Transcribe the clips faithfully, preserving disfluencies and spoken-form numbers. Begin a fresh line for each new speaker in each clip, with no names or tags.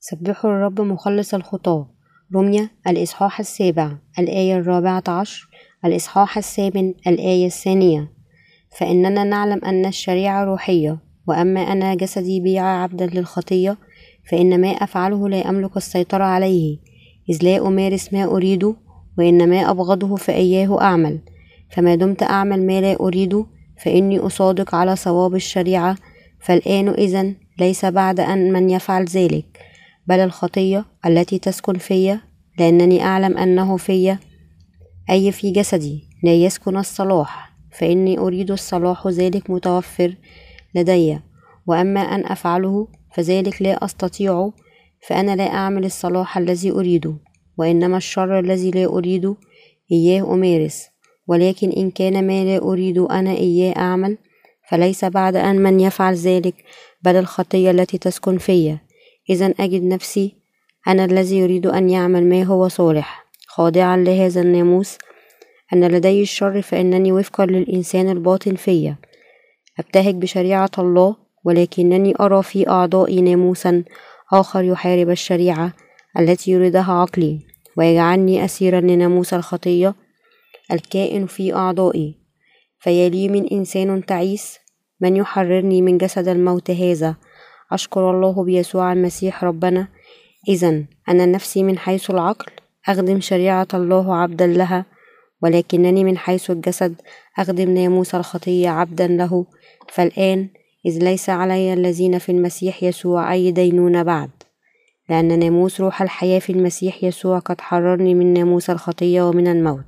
سبحوا الرب مخلص الخطاة. رمية الإصحاح السابع الآية الرابعة عشر، الإصحاح الثامن الآية الثانية. فإننا نعلم أن الشريعة روحية، وأما أنا جسدي بيع عبدا للخطية، فإن ما أفعله لا أملك السيطرة عليه، إذ لا أمارس ما أريده، وإنما أبغضه فإياه أعمل. فما دمت أعمل ما لا أريده، فإني أصادق على صواب الشريعة. فالآن إذن ليس بعد أن من يفعل ذلك، بل الخطية التي تسكن في، لأنني أعلم أنه في، أي في جسدي، لا يسكن الصلاح. فإني أريد الصلاح، ذلك متوفر لدي، وأما أن أفعله فذلك لا أستطيع. فأنا لا أعمل الصلاح الذي أريده، وإنما الشر الذي لا أريده إياه أمارس. ولكن إن كان ما لا أريد أنا إياه أعمل، فليس بعد أن من يفعل ذلك، بل الخطية التي تسكن في. إذن أجد نفسي أنا الذي يريد أن يعمل ما هو صالح، خاضعا لهذا الناموس أن لدي الشر، فإنني وفقا للإنسان الباطن في أبتهج بشريعة الله، ولكنني أرى في أعضائي ناموسا آخر يحارب الشريعة التي يريدها عقلي، ويجعلني أسيرا لناموس الخطية الكائن في أعضائي. فيلي من إنسان تعيس من يحررني من جسد الموت هذا. أشكر الله بيسوع المسيح ربنا. إذن أنا نفسي من حيث العقل أخدم شريعة الله عبدا لها، ولكنني من حيث الجسد أخدم ناموس الخطية عبدا له. فالآن إذ ليس علي الذين في المسيح يسوع أي دينونة بعد، لأن ناموس روح الحياة في المسيح يسوع قد حررني من ناموس الخطية ومن الموت.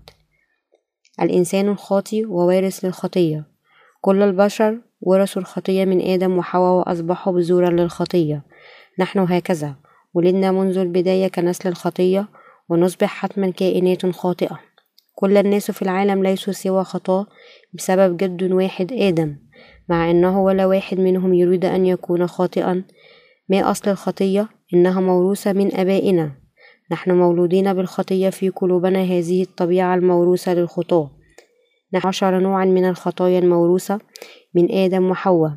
الإنسان الخاطئ ووارث للخطية. كل البشر ورثوا الخطية من آدم وحواء، وأصبحوا بذورا للخطية. نحن هكذا ولدنا منذ البداية كنسل الخطية، ونصبح حتما كائنات خاطئة. كل الناس في العالم ليسوا سوى خطاة بسبب جد واحد آدم، مع أنه ولا واحد منهم يريد أن يكون خاطئا. ما أصل الخطية؟ إنها موروثة من أبائنا. نحن مولودين بالخطية في قلوبنا، هذه الطبيعة الموروثة للخطاة. نحن عشر نوعا من الخطايا الموروثة من آدم وحواء.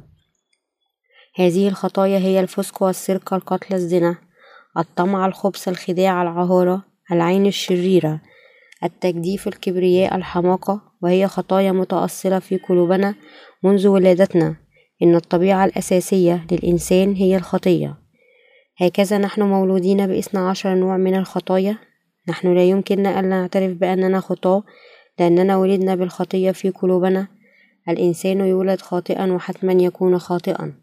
هذه الخطايا هي الفسق والسرقة، القتل، الزنا، الطمع، الخبث، الخداع، العهارة، العين الشريرة، التجديف، الكبرياء، الحماقة، وهي خطايا متأصلة في قلوبنا منذ ولادتنا. إن الطبيعة الأساسية للإنسان هي الخطية. هكذا نحن مولودين باثنى عشر نوع من الخطايا. نحن لا يمكننا أن نعترف بأننا خطاة، لأننا ولدنا بالخطية في قلوبنا. الإنسان يولد خاطئا وحتما يكون خاطئا،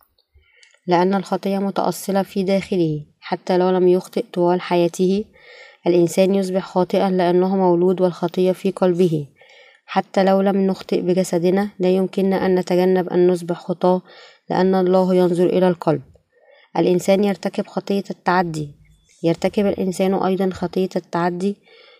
لأن الخطية متأصلة في داخله. حتى لو لم يخطئ طوال حياته، الإنسان يصبح خاطئا لأنه مولود والخطية في قلبه. حتى لو لم نخطئ بجسدنا، لا يمكننا أن نتجنب أن نصبح خطاة، لأن الله ينظر إلى القلب. الإنسان يرتكب خطية التعدي. يرتكب الإنسان أيضا خطية التعدي،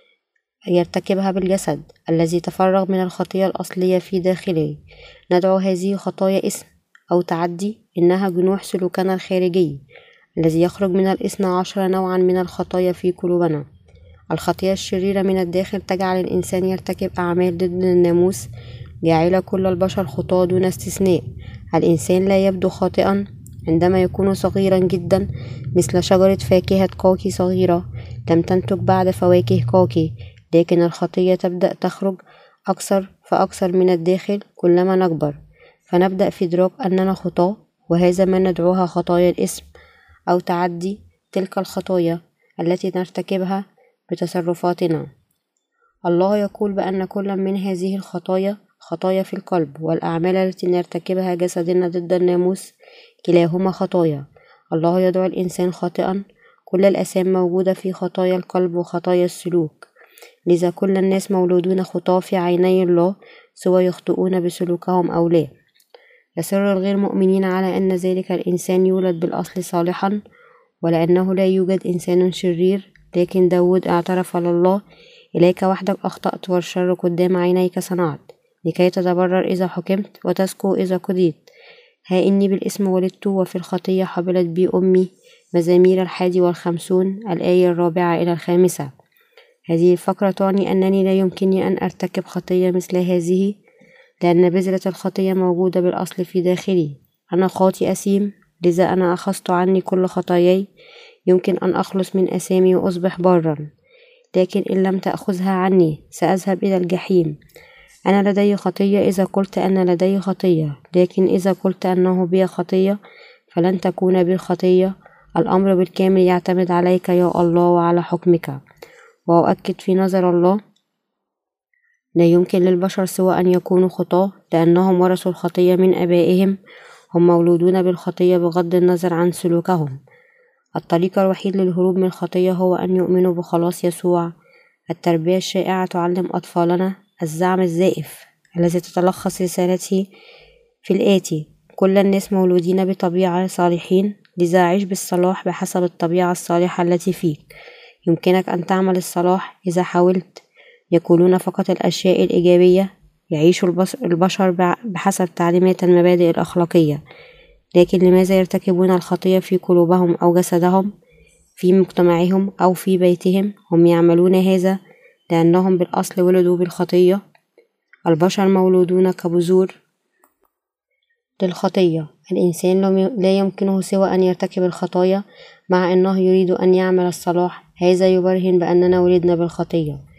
يرتكبها بالجسد الذي تفرغ من الخطية الأصلية في داخله. ندعو هذه خطايا اسم أو تعدي، إنها جنوح سلوكنا الخارجي الذي يخرج من الاثنى عشر نوعا من الخطايا في قلوبنا. الخطية الشريرة من الداخل تجعل الإنسان يرتكب أعمال ضد الناموس، جاعلة كل البشر خطاة دون استثناء. الإنسان لا يبدو خاطئا عندما يكون صغيرا جدا، مثل شجرة فاكهة كاكي صغيرة لم تنتج بعد فواكه كاكي، لكن الخطية تبدأ تخرج أكثر فأكثر من الداخل كلما نكبر، فنبدأ في إدراك أننا خطاة، وهذا ما ندعوها خطايا الاسم أو تعدي. تلك الخطايا التي نرتكبها بتصرفاتنا. الله يقول بأن كل من هذه الخطايا خطايا في القلب، والأعمال التي نرتكبها جسدنا ضد الناموس كلاهما خطايا. الله يدعو الإنسان خاطئا. كل الآثام موجودة في خطايا القلب وخطايا السلوك، لذا كل الناس مولودون خطاة في عيني الله، سواء يخطئون بسلوكهم أو لا. يصر الغير مؤمنين على أن ذلك الإنسان يولد بالأصل صالحا، ولأنه لا يوجد إنسان شرير. لكن داود اعترف لله: إليك وحدك أخطأت، والشر قدام عينيك صنعت، لكي تتبرر إذا حكمت وتسكو إذا قضيت. ها إني بالاسم ولدت، وفي الخطية حبلت بي أمي. مزامير الحادي والخمسون الآية الرابعة إلى الخامسة. هذه الفقرة تعني أنني لا يمكنني أن أرتكب خطية مثل هذه، لأن بذرة الخطية موجودة بالأصل في داخلي. أنا خاطئ أثيم، لذا أنا أخذت عني كل خطاياي. يمكن أن أخلص من أثامي وأصبح بارا، لكن إن لم تأخذها عني سأذهب إلى الجحيم. أنا لدي خطية إذا قلت أن لدي خطية، لكن إذا قلت أنه بي خطية فلن تكون بي الخطية. الأمر بالكامل يعتمد عليك يا الله وعلى حكمك. وأؤكد في نظر الله لا يمكن للبشر سوى أن يكونوا خطاة، لأنهم ورثوا الخطية من آبائهم. هم مولودون بالخطية بغض النظر عن سلوكهم. الطريق الوحيد للهروب من الخطية هو أن يؤمنوا بخلاص يسوع. التربية الشائعة تعلم أطفالنا الزعم الزائف الذي تتلخص رسالته في الآتي: كل الناس مولودين بطبيعة صالحين، لذا عيش بالصلاح بحسب الطبيعة الصالحة التي فيك. يمكنك أن تعمل الصلاح إذا حاولت. يقولون فقط الأشياء الإيجابية. يعيش البشر بحسب تعليمات المبادئ الأخلاقية، لكن لماذا يرتكبون الخطية في قلوبهم أو جسدهم، في مجتمعهم أو في بيتهم؟ هم يعملون هذا لأنهم بالأصل ولدوا بالخطية. البشر مولودون كبذور للخطية. الإنسان لا يمكنه سوى أن يرتكب الخطايا مع أنه يريد أن يعمل الصلاح. هذا يبرهن بأننا ولدنا بالخطية.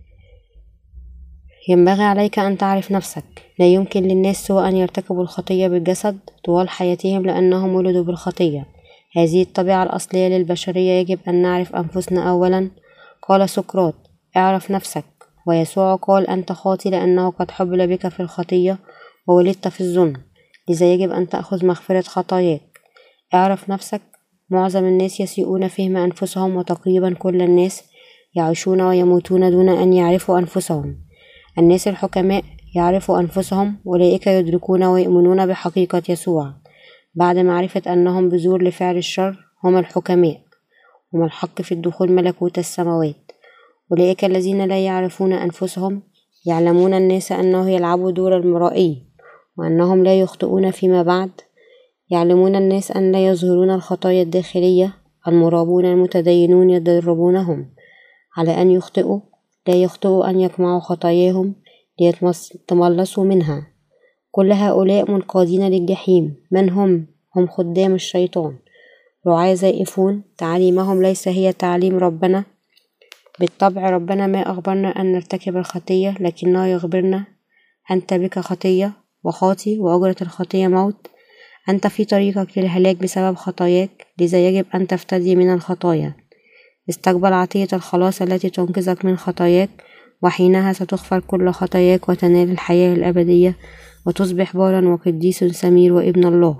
ينبغي عليك أن تعرف نفسك. لا يمكن للناس سوى أن يرتكبوا الخطية بالجسد طوال حياتهم لأنهم ولدوا بالخطية. هذه الطبيعة الأصلية للبشرية. يجب أن نعرف أنفسنا أولا. قال سقراط: اعرف نفسك. ويسوع قال: أنت خاطئ لأنه قد حبل بك في الخطية وولدت في الظلم، لذا يجب أن تأخذ مغفرة خطاياك. اعرف نفسك. معظم الناس يسيئون فهم أنفسهم، وتقريبا كل الناس يعيشون ويموتون دون أن يعرفوا أنفسهم. الناس الحكماء يعرفوا أنفسهم، أولئك يدركون ويؤمنون بحقيقة يسوع. بعد معرفة أنهم بذور لفعل الشر هم الحكماء، هم الحق في الدخول ملكوت السماوات. أولئك الذين لا يعرفون أنفسهم يعلمون الناس أنه يلعبوا دور المرائي وأنهم لا يخطئون فيما بعد. يعلمون الناس أن لا يظهرون الخطايا الداخلية. المرابون المتدينون يدربونهم على أن يخطئوا. لا يخطئوا أن يجمعوا خطاياهم ليتملصوا منها. كل هؤلاء منقادين للجحيم. من هم؟ هم خدام الشيطان، رعاة زائفون. تعاليمهم ليس هي تعليم ربنا. بالطبع ربنا ما أخبرنا أن نرتكب الخطية، لكنه يخبرنا: أنت بك خطية وخاطي، وأجرة الخطية موت. أنت في طريقك للهلاك بسبب خطاياك، لذا يجب أن تفتدي من الخطايا. استقبل عطية الخلاص التي تنقذك من خطاياك، وحينها ستغفر كل خطاياك وتنال الحياة الأبدية وتصبح بارا وقديس سمير وابن الله.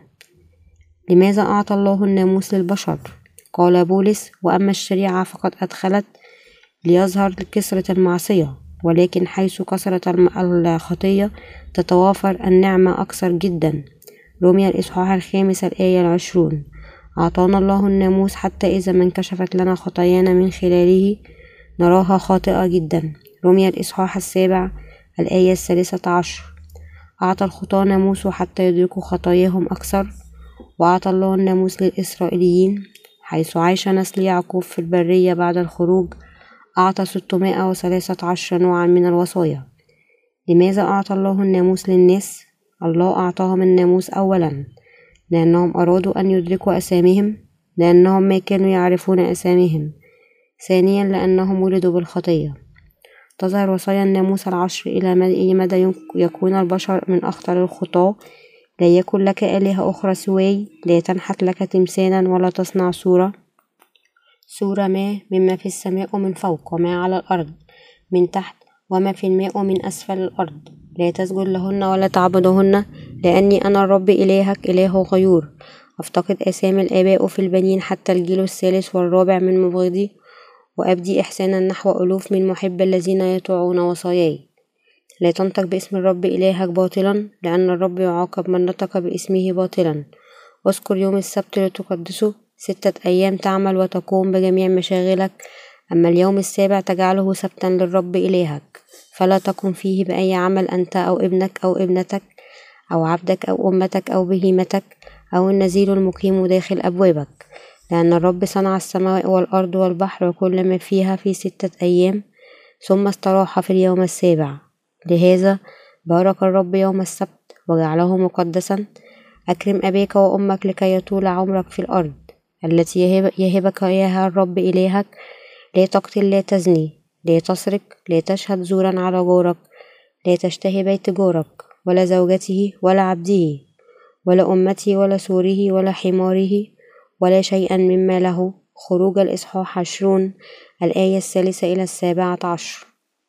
لماذا أعطى الله الناموس للبشر؟ قال بولس: وأما الشريعة فقد أدخلت ليظهر كثرة المعصية، ولكن حيث كثرت الخطية تتوافر النعمة أكثر جدا. روميا الإصحاح الخامس الآية العشرون. أعطانا الله الناموس حتى إذا ما انكشفت لنا خطايانا من خلاله نراها خاطئة جدا. روميا الإصحاح السابع الآية الثالثة عشر. أعطى الخطاة ناموسه حتى يدركوا خطاياهم أكثر. وأعطى الله الناموس للإسرائيليين حيث عاش نسل يعقوب في البرية بعد الخروج. أعطى ستمائة وثلاثة عشر نوعا من الوصايا. لماذا أعطى الله الناموس للناس؟ الله أعطاهم الناموس أولا لأنهم أرادوا أن يدركوا أساميهم، لأنهم ما كانوا يعرفون أساميهم. ثانيا لأنهم ولدوا بالخطية. تظهر وصايا الناموس العشر إلى أي مدى يكون البشر من أخطر الخطاة. لا يكن لك آلهة أخرى سواي. لا تنحت لك تمثالا ولا تصنع صورة صورة ما مما في السماء ومن فوق، وما على الأرض من تحت، وما في الماء ومن أسفل الأرض. لا تسجد لهن ولا تعبدهن، لأني أنا الرب إلهك إله غيور. أفتقد آثام الآباء في البنين حتى الجيل الثالث والرابع من مبغضي، وأبدي إحسانا نحو ألوف من محب الذين يطيعون وصاياي. لا تنطق باسم الرب إلهك باطلا، لأن الرب يعاقب من نطق باسمه باطلا. اذكر يوم السبت لتقدسه، ستة أيام تعمل وتقوم بجميع مشاغلك، أما اليوم السابع تجعله سبتا للرب إلهك. فلا تقم فيه بأي عمل أنت أو ابنك أو ابنتك أو عبدك أو أمتك أو بهيمتك أو النزيل المقيم داخل أبوابك، لأن الرب صنع السماء والأرض والبحر وكل ما فيها في ستة أيام، ثم استراح في اليوم السابع. لهذا بارك الرب يوم السبت وجعله مقدسا. أكرم أباك وأمك لكي يطول عمرك في الأرض. التي يهب يهبك إياها الرب إلهك: لا تقتل، لا تزني، لا تسرق، لا تشهد زورا على جارك، لا تشتهي بيت جارك، ولا زوجته، ولا عبده، ولا أمته، ولا سوره، ولا حماره، ولا شيئا مما له. خروج الإصحاح عشرون الآية الثالثة إلى السابعة عشر.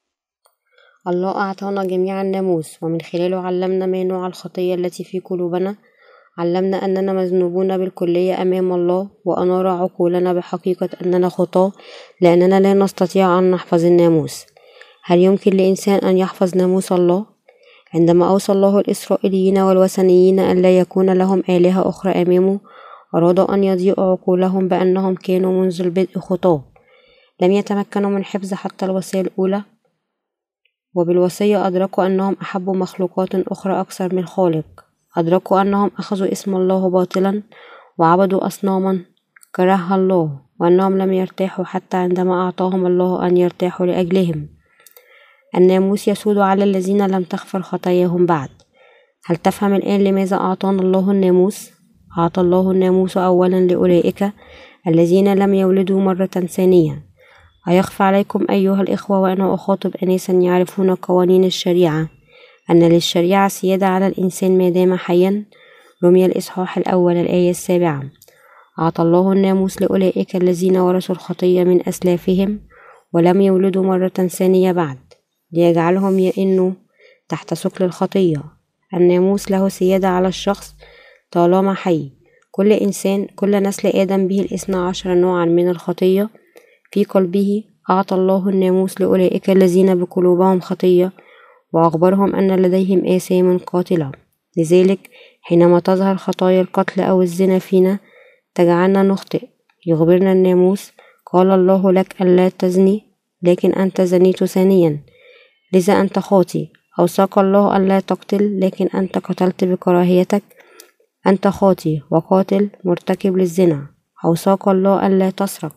الله أعطانا جميعا ناموس، ومن خلاله علمنا ما نوع الخطية التي في قلوبنا. علمنا أننا مذنوبون بالكلية أمام الله، وأنار عقولنا بحقيقة أننا خطاة، لأننا لا نستطيع أن نحفظ الناموس. هل يمكن لإنسان أن يحفظ ناموس الله؟ عندما أوصى الله الإسرائيليين والوثنيين أن لا يكون لهم آلهة أخرى أمامه، أراد أن يضيء عقولهم بأنهم كانوا منذ البدء خطاة، لم يتمكنوا من حفظ حتى الوصية الأولى، وبالوصية أدركوا أنهم أحبوا مخلوقات أخرى أكثر من الخالق. أدركوا أنهم أخذوا اسم الله باطلا وعبدوا أصناما كرهها الله، وأنهم لم يرتاحوا حتى عندما أعطاهم الله أن يرتاحوا لأجلهم. الناموس يسود على الذين لم تغفر خطاياهم بعد. هل تفهم الآن لماذا أعطانا الله الناموس؟ أعطى الله الناموس أولا لأولئك الذين لم يولدوا مرة ثانية. أيخفى عليكم أيها الإخوة وأنا أخاطب أناسا يعرفون قوانين الشريعة أن للشريعة سيادة على الإنسان ما دام حيا؟ رمي الإصحاح الأول الآية السابعة. أعطى الله الناموس لأولئك الذين ورثوا الخطية من أسلافهم ولم يولدوا مرة ثانية بعد، ليجعلهم يئنوا تحت ثقل الخطية. الناموس له سيادة على الشخص طالما حي. كل إنسان، كل نسل آدم به الاثنى عشر نوعا من الخطية في قلبه. أعطى الله الناموس لأولئك الذين بقلوبهم خطية، وأخبرهم أن لديهم آثام قاتلة. لذلك حينما تظهر خطايا القتل أو الزنا فينا تجعلنا نخطئ. يخبرنا الناموس: قال الله لك ألا تزني، لكن أنت زنيت ثانيا، لذا أنت خاطي. أوصاك الله ألا تقتل، لكن أنت قتلت بكراهيتك، أنت خاطي وقاتل مرتكب للزنا. أوصاك الله ألا تسرق،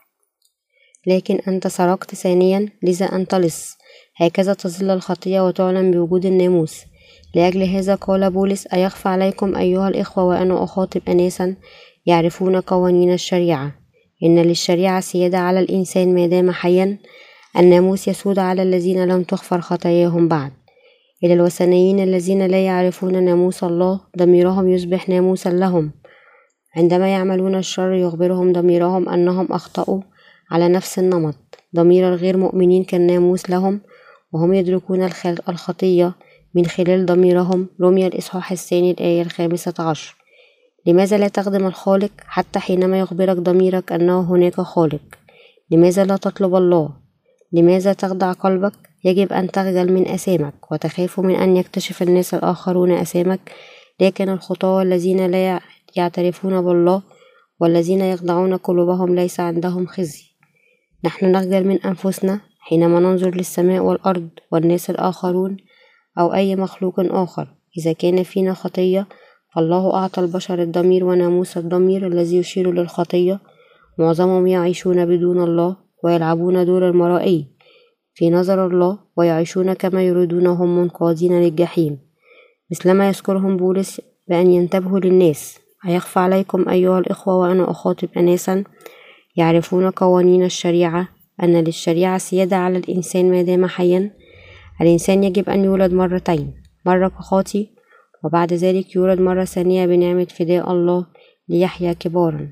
لكن أنت سرقت ثانيا، لذا أنت لص. هكذا تظل الخطية وتعلن بوجود الناموس. لأجل هذا قال بولس: أيخفى عليكم أيها الإخوة وأنا أخاطب أناسا يعرفون قوانين الشريعة إن للشريعة سيادة على الإنسان ما دام حيا. الناموس يسود على الذين لم تغفر خطاياهم بعد. إلى الوثنيين الذين لا يعرفون ناموس الله، ضميرهم يصبح ناموسا لهم. عندما يعملون الشر يخبرهم ضميرهم أنهم أخطأوا على نفس النمط. ضمير الغير مؤمنين كالناموس لهم، وهم يدركون الخطية من خلال ضميرهم. رمي الإصحاح الثاني الآية الخامسة عشر. لماذا لا تخدم الخالق حتى حينما يخبرك ضميرك أنه هناك خالق؟ لماذا لا تطلب الله؟ لماذا تخدع قلبك؟ يجب أن تخجل من أثامك وتخاف من أن يكتشف الناس الآخرون أثامك، لكن الخطاة الذين لا يعترفون بالله والذين يخدعون قلوبهم ليس عندهم خزي. نحن نخجل من أنفسنا حينما ننظر للسماء والأرض والناس الآخرون أو أي مخلوق آخر. إذا كان فينا خطية، فالله أعطى البشر الضمير وناموس الضمير الذي يشير للخطية. معظمهم يعيشون بدون الله ويلعبون دور المرائي في نظر الله، ويعيشون كما يريدون، هم منقادين للجحيم، مثلما يذكرهم بولس بأن ينتبهوا للناس. أيخفى عليكم أيها الإخوة وأنا أخاطب أناسا يعرفون قوانين الشريعة أن للشريعة سيادة على الإنسان ما دام حيا. الإنسان يجب أن يولد مرتين، مرة كخاطي وبعد ذلك يولد مرة ثانية بنعمة فداء الله ليحيا كبارا.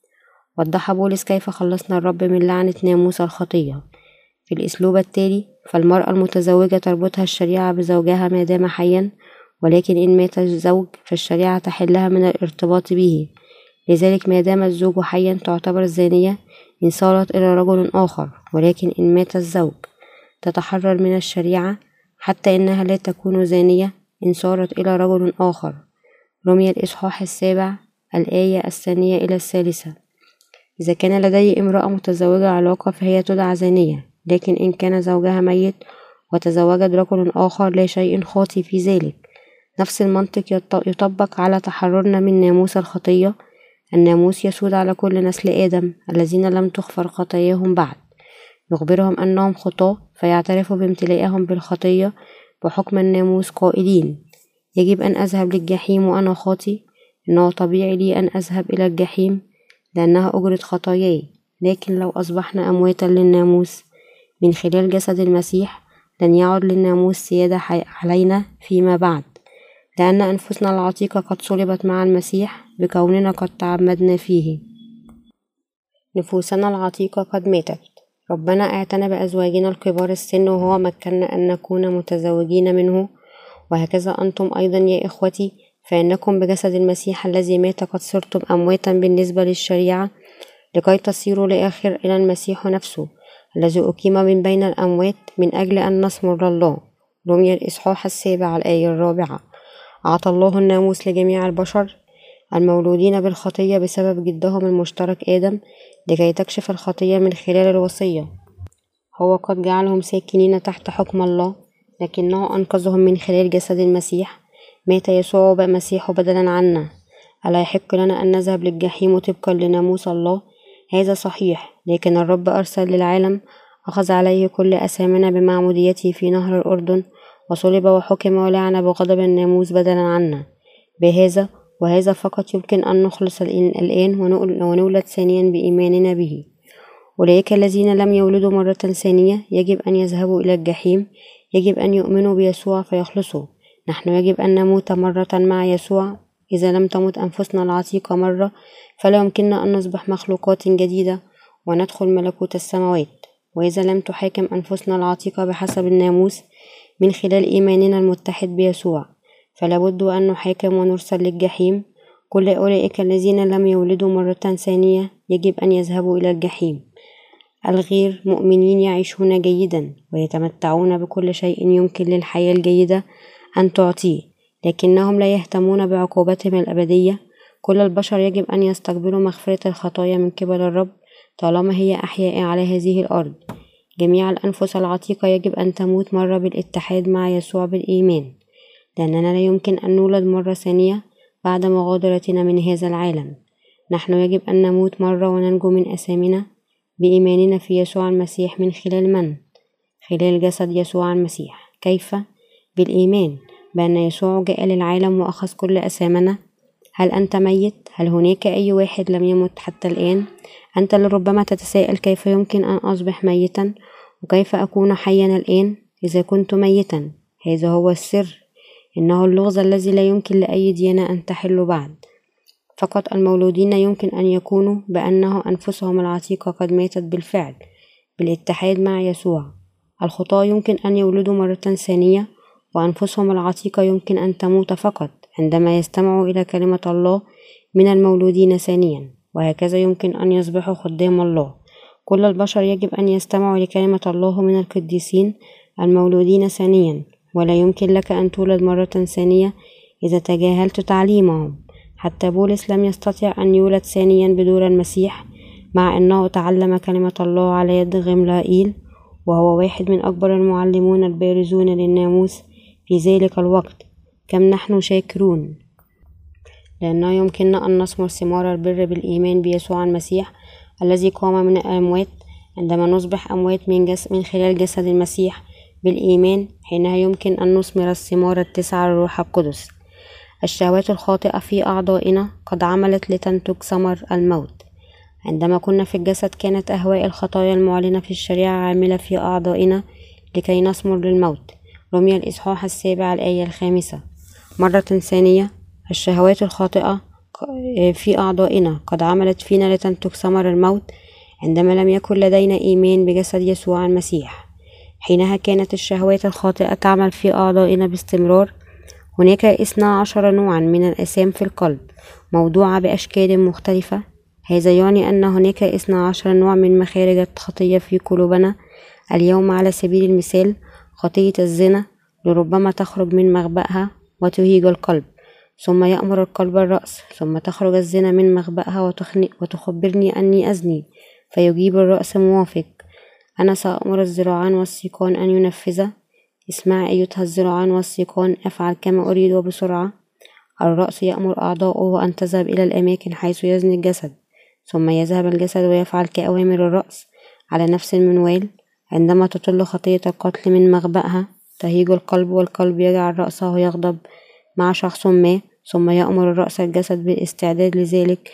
وضح بولس كيف خلصنا الرب من لعنة ناموس الخطية في الأسلوب التالي: فالمرأة المتزوجة تربطها الشريعة بزوجها ما دام حيا، ولكن إن مات الزوج فالشريعة تحلها من الارتباط به. لذلك ما دام الزوج حيا تعتبر زانية إن صارت إلى رجل آخر، ولكن إن مات الزوج تتحرر من الشريعة، حتى إنها لا تكون زانية إن صارت إلى رجل آخر. رمي الإصحاح السابع الآية الثانية إلى الثالثة. إذا كان لدي امرأة متزوجة علاقة فهي تدعى زانية، لكن إن كان زوجها ميت وتزوجت رجل آخر لا شيء خاطئ في ذلك. نفس المنطق يطبق على تحررنا من ناموس الخطية. الناموس يسود على كل نسل آدم الذين لم تغفر خطاياهم بعد، يخبرهم أنهم خطاة فيعترفوا بامتلائهم بالخطية بحكم الناموس قائلين: يجب أن أذهب للجحيم وأنا خاطي. إنه طبيعي لي أن أذهب إلى الجحيم لأنها أجرة خطاياي. لكن لو أصبحنا أمواتا للناموس من خلال جسد المسيح، لن يعد للناموس سيادة علينا فيما بعد، لأن أنفسنا العتيقة قد صلبت مع المسيح بكوننا قد تعمدنا فيه. نفوسنا العتيقة قد ماتت. ربنا اعتنى بأزواجنا الكبار السن، وهو مكننا أن نكون متزوجين منه، وهكذا أنتم أيضا يا إخوتي، فإنكم بجسد المسيح الذي مات قد صرتم أمواتا بالنسبة للشريعة، لكي تصيروا لآخر إلى المسيح نفسه الذي أقيم من بين الأموات، من أجل أن نثمر الله. رمي الإصحاح السابع الآية الرابعة. أعطى الله الناموس لجميع البشر المولودين بالخطية بسبب جدهم المشترك آدم، لكي تكشف الخطية من خلال الوصية. هو قد جعلهم ساكنين تحت حكم الله، لكنه أنقذهم من خلال جسد المسيح. مات يسوع بمسيحه بدلا عنا. ألا يحق لنا أن نذهب للجحيم طبقا لناموس الله؟ هذا صحيح، لكن الرب أرسل للعالم، أخذ عليه كل أثامنا بمعموديته في نهر الأردن، وصلب وحكم ولعن بغضب الناموس بدلا عنا. بهذا وهذا فقط يمكن أن نخلص الآن ونولد ثانيا بإيماننا به. أولئك الذين لم يولدوا مرة ثانية يجب أن يذهبوا إلى الجحيم. يجب أن يؤمنوا بيسوع فيخلصوا. نحن يجب أن نموت مرة مع يسوع. إذا لم تمت أنفسنا العتيقة مرة، فلا يمكننا أن نصبح مخلوقات جديدة وندخل ملكوت السماوات. وإذا لم تحاكم أنفسنا العتيقة بحسب الناموس من خلال إيماننا المتحد بيسوع، فلا بد أن نحاكم ونرسل للجحيم. كل أولئك الذين لم يولدوا مرة ثانية يجب أن يذهبوا إلى الجحيم. الغير مؤمنين يعيشون جيدا ويتمتعون بكل شيء يمكن للحياة الجيدة أن تعطيه، لكنهم لا يهتمون بعقوبتهم الأبدية. كل البشر يجب أن يستقبلوا مغفرة الخطايا من قبل الرب طالما هي أحياء على هذه الأرض. جميع الأنفس العتيقة يجب أن تموت مرة بالاتحاد مع يسوع بالإيمان، لأننا لا يمكن أن نولد مرة ثانية بعد مغادرتنا من هذا العالم. نحن يجب أن نموت مرة وننجو من أثامنا بإيماننا في يسوع المسيح. من خلال من؟ خلال جسد يسوع المسيح. كيف؟ بالإيمان بأن يسوع جاء للعالم وأخذ كل أثامنا. هل أنت ميت؟ هل هناك أي واحد لم يمت حتى الآن؟ أنت لربما تتساءل كيف يمكن أن أصبح ميتا، وكيف أكون حيا الآن إذا كنت ميتا؟ هذا هو السر. إنه اللغز الذي لا يمكن لأي ديانة أن تحل بعد. فقط المولودين يمكن أن يكونوا بأنه أنفسهم العتيقة قد ماتت بالفعل بالاتحاد مع يسوع. الخطاة يمكن أن يولدوا مرة ثانية، وأنفسهم العتيقة يمكن أن تموت فقط عندما يستمعوا إلى كلمة الله من المولودين ثانيا، وهكذا يمكن أن يصبحوا خدام الله. كل البشر يجب أن يستمعوا لكلمة الله من القديسين المولودين ثانيا، ولا يمكن لك أن تولد مرة ثانية إذا تجاهلت تعليمهم. حتى بولس لم يستطع أن يولد ثانيا بدون المسيح، مع أنه تعلم كلمة الله على يد غملائيل، وهو واحد من أكبر المعلمون البارزون للناموس في ذلك الوقت. كم نحن شاكرون، لأنه يمكننا أن نثمر ثمار البر بالإيمان بيسوع المسيح الذي قام من الأموات. عندما نصبح أموات من, جس من خلال جسد المسيح بالإيمان، حينها يمكن أن نثمر الثمار التسعة للروح القدس. الشهوات الخاطئة في أعضائنا قد عملت لتنتج ثمر الموت. عندما كنا في الجسد كانت أهواء الخطايا المعلنة في الشريعة عاملة في أعضائنا لكي نثمر للموت. رمي الإصحاح السابع الآية الخامسة. مرة ثانية، الشهوات الخاطئة في أعضائنا قد عملت فينا لتنتج ثمر الموت عندما لم يكن لدينا إيمان بجسد يسوع المسيح. حينها كانت الشهوات الخاطئة تعمل في أعضائنا باستمرار. هناك اثنا عشر نوعا من الآثام في القلب موضوعة بأشكال مختلفة. هذا يعني أن هناك اثنا عشر نوع من مخارج الخطية في قلوبنا. اليوم على سبيل المثال، خطية الزنا لربما تخرج من مخبأها وتهيج القلب، ثم يأمر القلب الرأس، ثم تخرج الزنا من مخبأها وتخبرني أني أزني، فيجيب الرأس موافق. أنا سأمر الذراعان والسيقان أن ينفذا. اسمع أيتها الذراعان والسيقان، أفعل كما أريد وبسرعة. الرأس يأمر أعضاؤه أن تذهب إلى الأماكن حيث يزني الجسد، ثم يذهب الجسد ويفعل كأوامر الرأس على نفس المنوال. عندما تطل خطية القتل من مخبأها، تهيج القلب، والقلب يجعل رأسه يغضب مع شخص ما، ثم يأمر الرأس الجسد بالاستعداد لذلك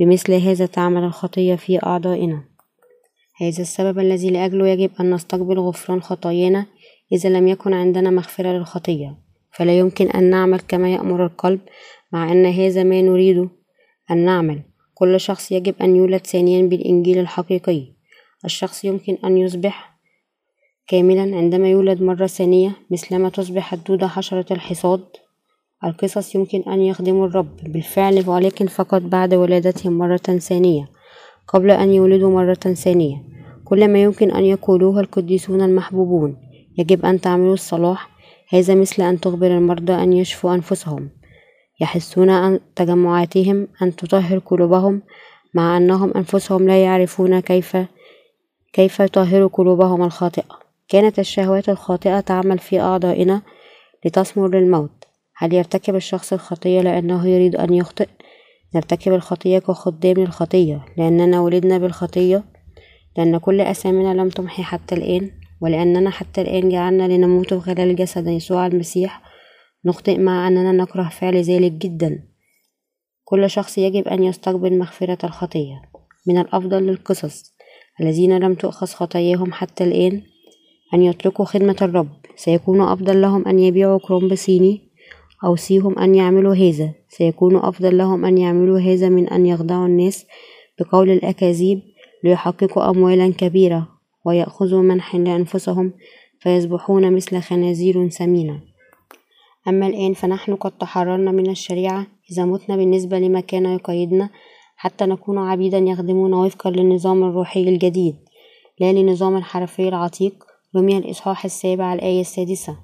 بمثل هذا تعمل الخطية في أعضائنا. هذا السبب الذي لأجله يجب أن نستقبل غفران خطايانا إذا لم يكن عندنا مغفرة للخطية، فلا يمكن أن نعمل كما يأمر القلب، مع أن هذا ما نريد أن نعمل. كل شخص يجب أن يولد ثانيا بالإنجيل الحقيقي. الشخص يمكن أن يصبح كاملا عندما يولد مرة ثانية، مثلما تصبح الدودة حشرة الحصاد. القصص يمكن أن يخدموا الرب بالفعل، ولكن فقط بعد ولادتهم مرة ثانية، قبل أن يولدوا مرة ثانية. كل ما يمكن أن يقولوه القديسون المحبوبون: يجب أن تعملوا الصلاح. هذا مثل أن تخبر المرضى أن يشفوا أنفسهم. يحسون أن تجمعاتهم أن تطهر قلوبهم، مع أنهم أنفسهم لا يعرفون كيف كيف يطهروا قلوبهم الخاطئة. كانت الشهوات الخاطئة تعمل في أعضائنا لتصمر للموت. هل يرتكب الشخص الخطية لأنه يريد أن يخطئ؟ نرتكب الخطية كخدام للخطية، لأننا ولدنا بالخطية، لأن كل أثامنا لم تمحي حتى الآن، ولأننا حتى الآن جعلنا لنموت خلال جسد يسوع المسيح. نخطئ مع أننا نكره فعل ذلك جدا. كل شخص يجب أن يستقبل مغفرة الخطية. من الأفضل للقصص الذين لم تؤخذ خطاياهم حتى الآن أن يتركوا خدمة الرب. سيكون أفضل لهم أن يبيعوا كرومب صيني، أوصيهم أن يعملوا هذا. سيكون أفضل لهم أن يعملوا هذا من أن يخدعوا الناس بقول الأكاذيب ليحققوا أموالا كبيرة ويأخذوا منحا لأنفسهم فيصبحون مثل خنازير سمينة. أما الآن فنحن قد تحررنا من الشريعة إذا متنا بالنسبة لما كان يقيدنا، حتى نكون عبيدا يخدمون وفقا للنظام الروحي الجديد، لا لنظام الحرفي العتيق. رمي الإصحاح السابع الآية السادسة.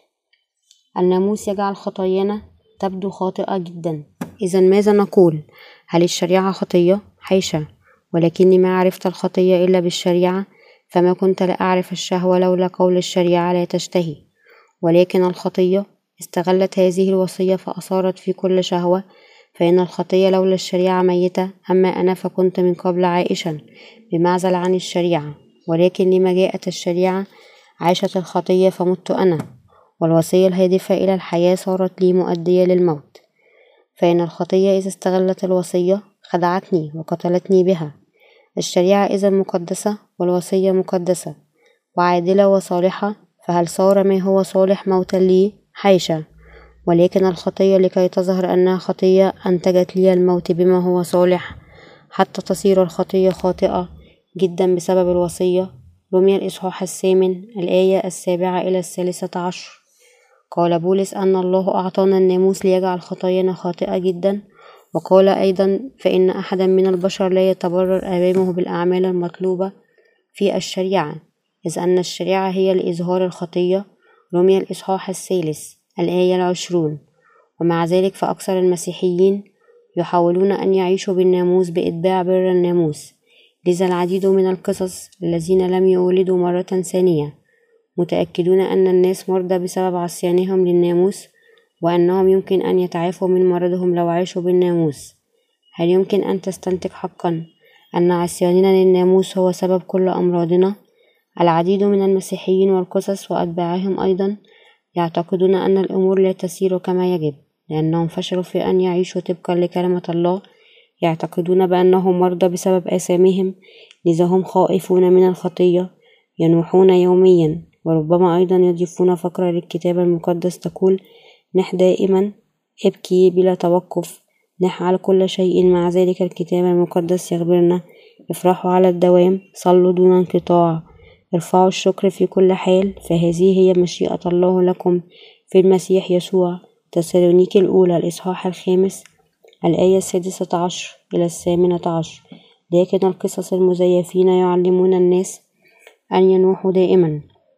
الناموس يجعل خطايانا تبدو خاطئة جدا. إذا ماذا نقول؟ هل الشريعة خطية؟ حيشا، ولكني ما عرفت الخطية إلا بالشريعة، فما كنت لأعرف الشهوة لولا قول الشريعة لا تشتهي. ولكن الخطية استغلت هذه الوصية فأثارت في كل شهوة، فإن الخطية لولا الشريعة ميتة، أما أنا فكنت من قبل عائشا بمعزل عن الشريعة، ولكن لما جاءت الشريعة عاشت الخطية فمت أنا، والوصية الهادفة إلى الحياة صارت لي مؤدية للموت. فإن الخطية إذا استغلت الوصية خدعتني وقتلتني بها. الشريعة إذا مقدسة والوصية مقدسة وعادلة وصالحة، فهل صار ما هو صالح موتا لي؟ حيشا. ولكن الخطية لكي تظهر أنها خطية أنتجت لي الموت بما هو صالح، حتى تصير الخطية خاطئة جدا بسبب الوصية. رمي الإصحاح الثامن الآية السابعة إلى الثالثة عشر. قال بولس أن الله أعطانا الناموس ليجعل خطايانا خاطئة جدا، وقال أيضا: فإن أحدا من البشر لا يتبرر أمامه بالأعمال المطلوبة في الشريعة، إذ أن الشريعة هي لإظهار الخطية. رمي الإصحاح الثالث الآية العشرون. ومع ذلك فأكثر المسيحيين يحاولون أن يعيشوا بالناموس بإتباع بر الناموس. لذا العديد من القصص الذين لم يولدوا مرة ثانية متأكدون أن الناس مرضى بسبب عصيانهم للناموس، وأنهم يمكن أن يتعافوا من مرضهم لو عاشوا بالناموس. هل يمكن أن تستنتج حقا أن عصياننا للناموس هو سبب كل أمراضنا؟ العديد من المسيحيين والقصص وأتباعهم أيضا يعتقدون أن الأمور لا تسير كما يجب، لأنهم فشلوا في أن يعيشوا طبقا لكلمة الله. يعتقدون بأنهم مرضى بسبب آثامهم، لذا هم خائفون من الخطية، ينوحون يوميا، وربما أيضا يضيفون فقرة للكتاب المقدس تقول: نح دائما، ابكي بلا توقف، نح على كل شيء. مع ذلك الكتاب المقدس يخبرنا: افرحوا على الدوام، صلوا دون انقطاع، ارفعوا الشكر في كل حال، فهذه هي مشيئة الله لكم في المسيح يسوع. تسالونيكي الأولى الإصحاح الخامس الآية السادسة عشر إلى الثامنة عشر. لكن القصص المزيفين يعلمون الناس أن ينوحوا دائما،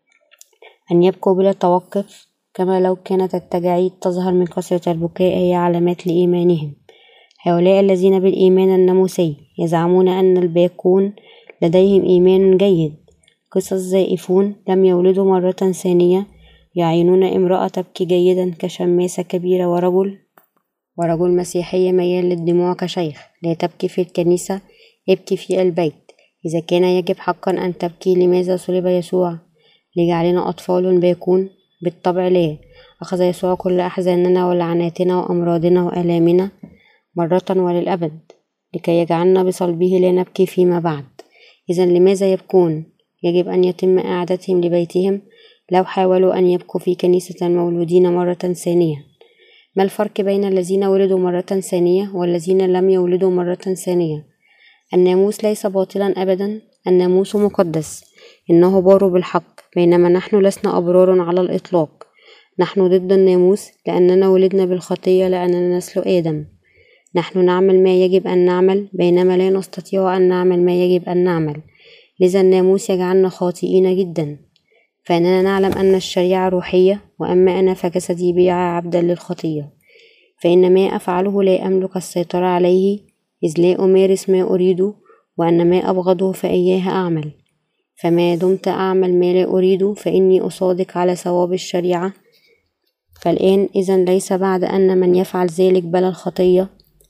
أن يبكوا بلا توقف، كما لو كانت التجاعيد تظهر من كثرة البكاء هي علامات لإيمانهم. هؤلاء الذين بالإيمان الناموسي يزعمون أن الباقون لديهم إيمان جيد. قصص زائفون لم يولدوا مرة ثانية يعينون امرأة تبكي جيدا كشماسة كبيرة، ورجل ورجل مسيحي ميال للدموع كشيخ. لا تبكي في الكنيسة، ابكي في البيت. إذا كان يجب حقا أن تبكي، لماذا صلب يسوع؟ لجعلنا أطفال باكون؟ بالطبع لا. أخذ يسوع كل أحزاننا ولعناتنا وأمراضنا وآلامنا مرة وللأبد. لكي يجعلنا بصلبه لا نبكي فيما بعد. إذن لماذا يبكون؟ يجب أن يتم إعادتهم لبيتهم لو حاولوا أن يبكوا في كنيسة المولودين مرة ثانية. ما الفرق بين الذين ولدوا مرة ثانية والذين لم يولدوا مرة ثانية؟ الناموس ليس باطلا أبدا، الناموس مقدس، إنه بار بالحق، بينما نحن لسنا أبرار على الإطلاق. نحن ضد الناموس لأننا ولدنا بالخطية، لأننا نسل آدم. نحن نعمل ما يجب أن نعمل بينما لا نستطيع أن نعمل ما يجب أن نعمل، لذا الناموس يجعلنا خاطئين جدا. فإننا نعلم أن الشريعة روحية، وأما أنا فجسدي بيع عبدا للخطية. فإن ما أفعله لا أملك السيطرة عليه، إذ لا أمارس ما أريده، وأن ما أبغضه فإياه أعمل. فما دمت أعمل ما لا أريده فإني أصادق على صواب الشريعة. فالآن إذن ليس بعد أن من يفعل ذلك بل الخطية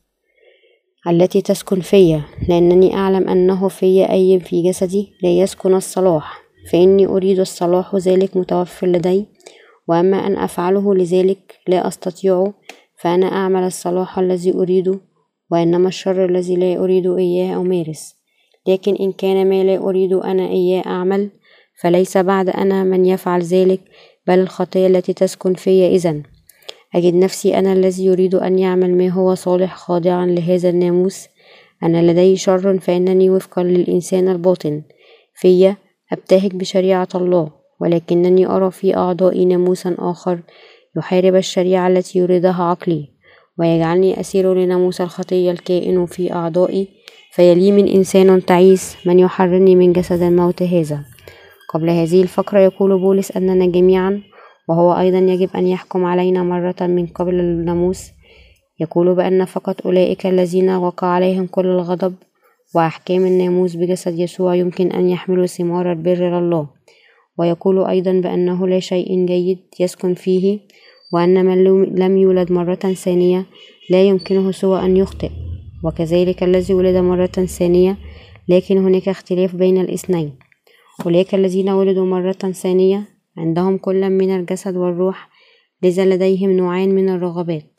التي تسكن فيا، لأنني أعلم أنه في أي في جسدي لا يسكن الصلاح. فإني أريد الصلاح ذلك متوفر لدي، وأما أن أفعله لذلك لا أستطيع. فأنا أعمل الصلاح الذي أريده، وإنما الشر الذي لا أريد إياه أمارس. لكن إن كان ما لا أريد أنا إياه أعمل، فليس بعد أنا من يفعل ذلك بل الخطية التي تسكن في. إذن أجد نفسي أنا الذي يريد أن يعمل ما هو صالح خاضعا لهذا الناموس. أنا لدي شر، فإنني وفقا للإنسان الباطن في أبتهج بشريعة الله، ولكنني أرى في أعضائي ناموسا آخر يحارب الشريعة التي يريدها عقلي، ويجعلني أسير لناموس الخطية الكائن في أعضائي. فيلي من إنسان تعيس من يحررني من جسد الموت هذا. قبل هذه الفقرة يقول بولس أننا جميعا، وهو أيضا يجب أن يحكم علينا مرة من قبل الناموس، يقول بأن فقط أولئك الذين وقع عليهم كل الغضب وأحكام الناموس بجسد يسوع يمكن أن يحملوا ثمار البر لله. ويقول أيضا بأنه لا شيء جيد يسكن فيه، وأن من لم يولد مرة ثانية لا يمكنه سوى أن يخطئ، وكذلك الذي ولد مرة ثانية. لكن هناك اختلاف بين الاثنين. أولئك الذين ولدوا مرة ثانية عندهم كل من الجسد والروح، لذا لديهم نوعان من الرغبات.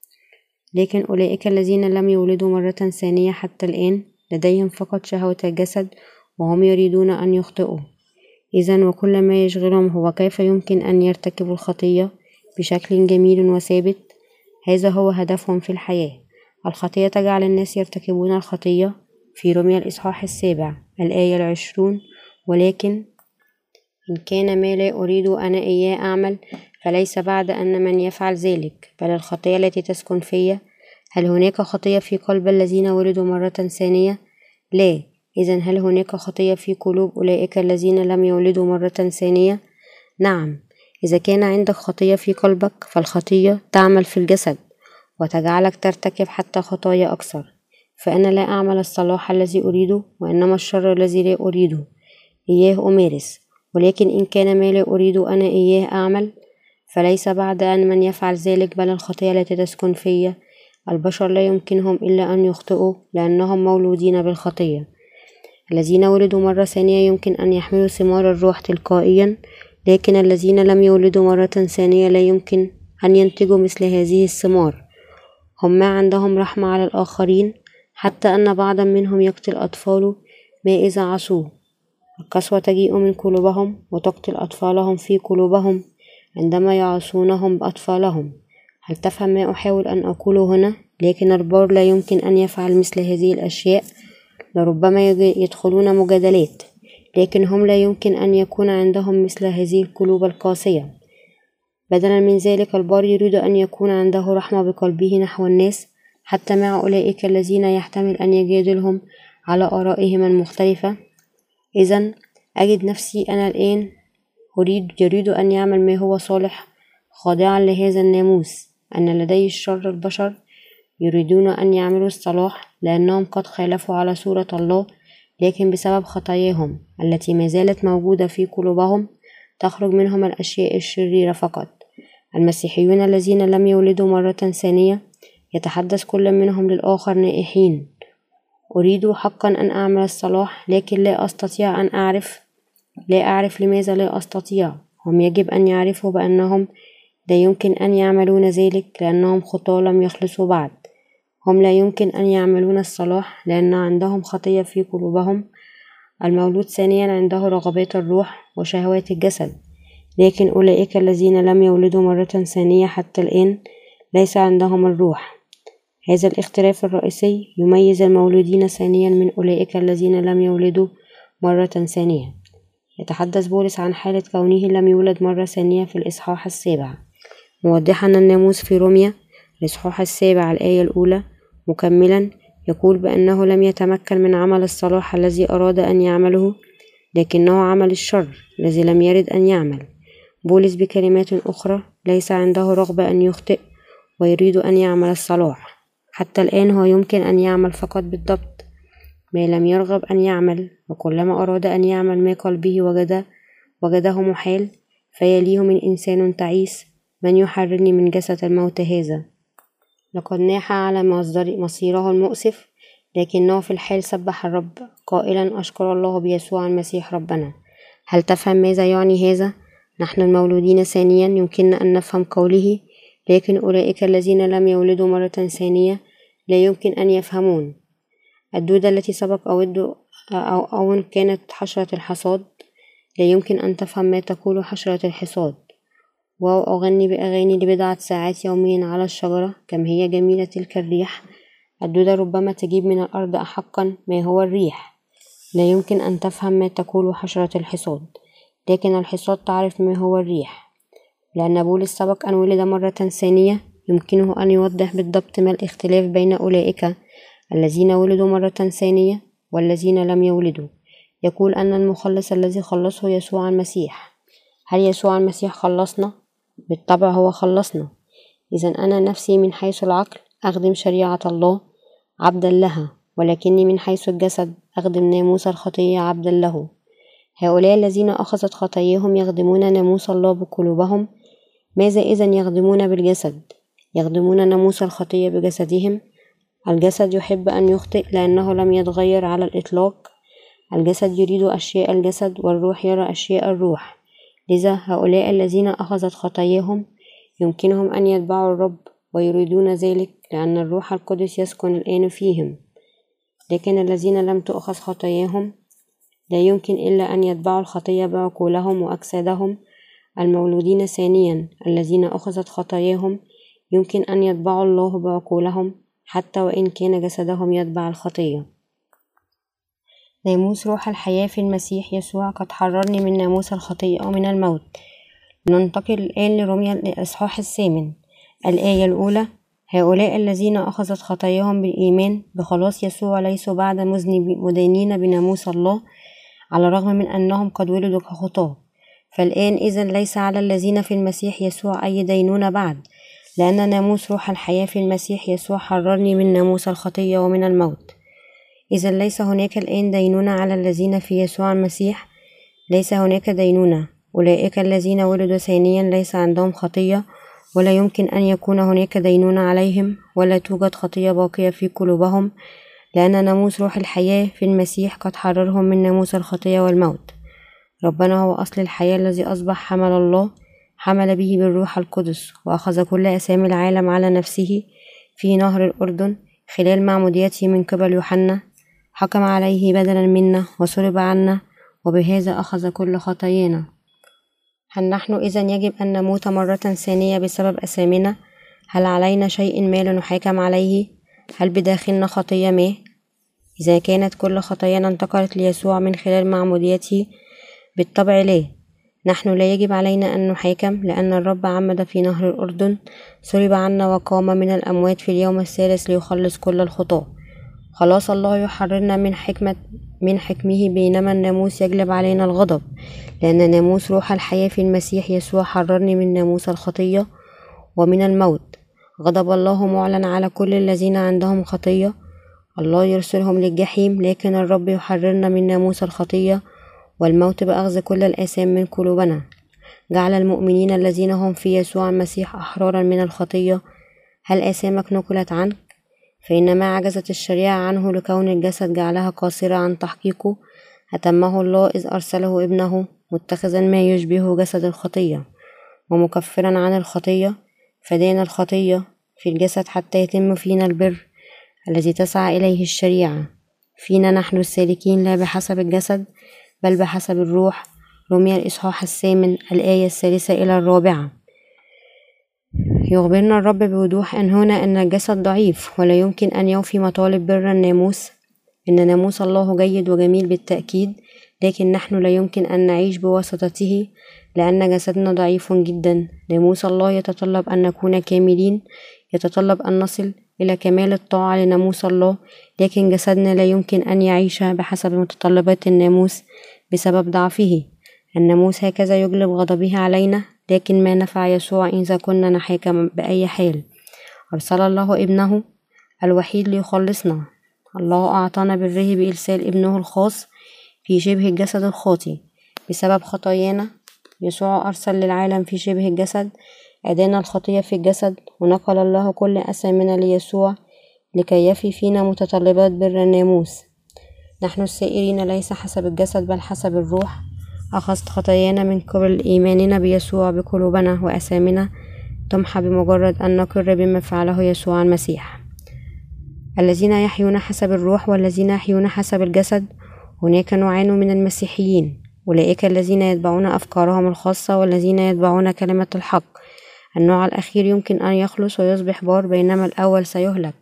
لكن أولئك الذين لم يولدوا مرة ثانية حتى الآن لديهم فقط شهوة الجسد، وهم يريدون أن يخطئوا. إذن وكل ما يشغلهم هو كيف يمكن أن يرتكبوا الخطية بشكل جميل وثابت. هذا هو هدفهم في الحياة. الخطية تجعل الناس يرتكبون الخطية في رمية الإصحاح السابع الآية العشرون. ولكن إن كان ما لا أريد أنا إياه أعمل، فليس بعد أن من يفعل ذلك بل الخطية التي تسكن في. هل هناك خطية في قلب الذين ولدوا مرة ثانية؟ لا. إذن هل هناك خطية في قلوب أولئك الذين لم يولدوا مرة ثانية؟ نعم. إذا كان عندك خطية في قلبك، فالخطية تعمل في الجسد وتجعلك ترتكب حتى خطايا أكثر. فأنا لا أعمل الصلاح الذي أريده، وإنما الشر الذي لا أريده إياه أمارس. ولكن إن كان ما لا أريد أنا إياه أعمل، فليس بعد أن من يفعل ذلك بل الخطية التي تسكن في. البشر لا يمكنهم إلا أن يخطئوا لأنهم مولودين بالخطية. الذين ولدوا مرة ثانية يمكن أن يحملوا ثمار الروح تلقائيا، لكن الذين لم يولدوا مرة ثانية لا يمكن أن ينتجوا مثل هذه الثمار. هم ما عندهم رحمة على الآخرين، حتى أن بعضا منهم يقتل أطفاله ما إذا عصوه. القسوة تجيء من قلوبهم وتقتل أطفالهم في قلوبهم عندما يعصونهم بأطفالهم. هل تفهم ما أحاول أن أقوله هنا؟ لكن البار لا يمكن أن يفعل مثل هذه الأشياء. لربما يدخلون مجادلات، لكن هم لا يمكن أن يكون عندهم مثل هذه القلوب القاسية. بدلا من ذلك البار يريد أن يكون عنده رحمة بقلبه نحو الناس، حتى مع أولئك الذين يحتمل أن يجادلهم على آرائهم المختلفة. إذن أجد نفسي أنا الآن أريد يريد أن يعمل ما هو صالح خاضعا لهذا الناموس، أن لدي الشر. البشر يريدون أن يعملوا الصلاح لأنهم قد خالفوا على صورة الله، لكن بسبب خطاياهم التي ما زالت موجودة في قلوبهم تخرج منهم الأشياء الشريرة فقط. المسيحيون الذين لم يولدوا مرة ثانية يتحدث كل منهم للآخر نائحين: أريد حقا أن أعمل الصلاح، لكن لا أستطيع أن أعرف لا أعرف لماذا لا أستطيع. هم يجب أن يعرفوا بأنهم لا يمكن أن يعملون ذلك لأنهم خطاة لم يخلصوا بعد. هم لا يمكن أن يعملون الصلاح لأن عندهم خطية في قلوبهم. المولود ثانيا عنده رغبات الروح وشهوات الجسد، لكن أولئك الذين لم يولدوا مرة ثانية حتى الآن ليس عندهم الروح. هذا الاختلاف الرئيسي يميز المولودين ثانيا من أولئك الذين لم يولدوا مرة ثانية. يتحدث بولس عن حالة كونه لم يولد مرة ثانية في الإصحاح السابع، موضحا الناموس في روميا الإصحاح السابع الآية الأولى مكملا يقول بأنه لم يتمكن من عمل الصلاح الذي أراد أن يعمله، لكنه عمل الشر الذي لم يرد أن يعمل. بولس بكلمات أخرى ليس عنده رغبة أن يخطئ ويريد أن يعمل الصلاح. حتى الآن هو يمكن أن يعمل فقط بالضبط ما لم يرغب أن يعمل، وكلما أراد أن يعمل ما قلبه وجد وجده محال. فيليه من إنسان تعيس من يحررني من جسد الموت هذا. لقد ناح على مصدر مصيره المؤسف، لكنه في الحال سبح الرب قائلا أشكر الله بيسوع المسيح ربنا. هل تفهم ماذا يعني هذا؟ نحن المولودين ثانيا يمكننا أن نفهم قوله، لكن أولئك الذين لم يولدوا مرة ثانية لا يمكن أن يفهمون. الدودة التي سبق أود أو, أو كانت حشرة الحصاد لا يمكن أن تفهم ما تقول حشرة الحصاد. وأغني بأغاني لبضعة ساعات يوميا على الشجرة كم هي جميلة تلك الريح. الدودة ربما تجيب من الأرض أحقا ما هو الريح. لا يمكن أن تفهم ما تقول حشرة الحصاد، لكن الحصاد تعرف ما هو الريح. لأن بولس سبق أن ولد مرة ثانية يمكنه أن يوضح بالضبط ما الاختلاف بين أولئك الذين ولدوا مرة ثانية والذين لم يولدوا. يقول أن المخلص الذي خلصه يسوع المسيح. هل يسوع المسيح خلصنا؟ بالطبع هو خلصنا. إذا أنا نفسي من حيث العقل أخدم شريعة الله عبدا لها، ولكني من حيث الجسد أخدم ناموس الخطية عبدا له. هؤلاء الذين أخذت خطاياهم يخدمون ناموس الله بقلوبهم. ماذا إذن يخدمون بالجسد؟ يخدمون ناموس الخطية بجسدهم. الجسد يحب أن يخطئ لأنه لم يتغير على الإطلاق. الجسد يريد أشياء الجسد والروح يرى أشياء الروح. لذا هؤلاء الذين أخذت خطاياهم يمكنهم أن يتبعوا الرب ويريدون ذلك لأن الروح القدس يسكن الآن فيهم. لكن الذين لم تؤخذ خطاياهم لا يمكن إلا أن يتبعوا الخطية بعقولهم وأجسادهم. المولودين ثانيا الذين أخذت خطاياهم يمكن أن يتبعوا الله بعقولهم حتى وإن كان جسدهم يتبع الخطية. ناموس روح الحياة في المسيح يسوع قد حررني من ناموس الخطية ومن الموت. ننتقل الآن لرمية الإصحاح الثامن الآية الأولى. هؤلاء الذين أخذت خطاياهم بالإيمان بخلاص يسوع ليسوا بعد مدينين بناموس الله، على الرغم من أنهم قد ولدوا كخطاة. فالآن إذن ليس على الذين في المسيح يسوع أي دينونة بعد، لأن ناموس روح الحياة في المسيح يسوع حررني من ناموس الخطية ومن الموت. إذن ليس هناك الآن دينونة على الذين في يسوع المسيح. ليس هناك دينونة. أولئك الذين ولدوا ثانيا ليس عندهم خطية، ولا يمكن أن يكون هناك دينونة عليهم، ولا توجد خطية باقية في قلوبهم، لأن ناموس روح الحياة في المسيح قد حررهم من ناموس الخطية والموت. ربنا هو أصل الحياة الذي أصبح حمل الله، حمل به بالروح القدس، وأخذ كل أسامي العالم على نفسه في نهر الأردن خلال معموديته من قبل يوحنا. حكم عليه بدلا منا وصلب عنا، وبهذا أخذ كل خطايانا. هل نحن إذن يجب أن نموت مرة ثانية بسبب أثامنا؟ هل علينا شيء ما لنحاكم عليه؟ هل بداخلنا خطية ما؟ إذا كانت كل خطايانا انتقلت ليسوع من خلال معموديته؟ بالطبع لا. نحن لا يجب علينا أن نحاكم، لأن الرب عمد في نهر الأردن، صلب عنا وقام من الأموات في اليوم الثالث ليخلص كل الخطاة. خلاص الله يحررنا من حكمة من حكمه، بينما الناموس يجلب علينا الغضب، لأن ناموس روح الحياة في المسيح يسوع حررني من ناموس الخطية ومن الموت. غضب الله معلن على كل الذين عندهم خطية. الله يرسلهم للجحيم، لكن الرب يحررنا من ناموس الخطية والموت بأخذ كل الآثام من قلوبنا. جعل المؤمنين الذين هم في يسوع المسيح أحرارا من الخطية. هل آثامك نقلت عنك؟ فإن ما عجزت الشريعة عنه لكون الجسد جعلها قاصرة عن تحقيقه، أتمه الله إذ أرسله ابنه متخذا ما يشبه جسد الخطية ومكفرا عن الخطية، فدان الخطية في الجسد حتى يتم فينا البر الذي تسعى إليه الشريعة فينا نحن السالكين لا بحسب الجسد بل بحسب الروح. رمي الإصحاح الثامن الآية الثالثة إلى الرابعة. يخبرنا الرب بوضوح أن هنا أن الجسد ضعيف ولا يمكن أن يوفي مطالب بر الناموس. إن ناموس الله جيد وجميل بالتأكيد، لكن نحن لا يمكن أن نعيش بواسطته لأن جسدنا ضعيف جدا. ناموس الله يتطلب أن نكون كاملين، يتطلب أن نصل إلى كمال الطاعة لناموس الله، لكن جسدنا لا يمكن أن يعيش بحسب متطلبات الناموس بسبب ضعفه. الناموس هكذا يجلب غضبه علينا، لكن ما نفع يسوع إذا كنا نحاكم بأي حال؟ أرسل الله ابنه الوحيد ليخلصنا. الله أعطانا بره بإرسال ابنه الخاص في شبه الجسد الخاطئ بسبب خطايانا. يسوع أرسل للعالم في شبه الجسد، أدانا الخطية في الجسد، ونقل الله كل أثامنا ليسوع لكي يفي فينا متطلبات بر الناموس. نحن السائرين ليس حسب الجسد بل حسب الروح أخذت خطايانا من قبل إيماننا بيسوع بقلوبنا، وأثامنا تمحى بمجرد أن نقر بما فعله يسوع المسيح. الذين يحيون حسب الروح والذين يحيون حسب الجسد. هناك نوعان من المسيحيين، أولئك الذين يتبعون أفكارهم الخاصة والذين يتبعون كلمة الحق. النوع الأخير يمكن أن يخلص ويصبح بار، بينما الأول سيهلك.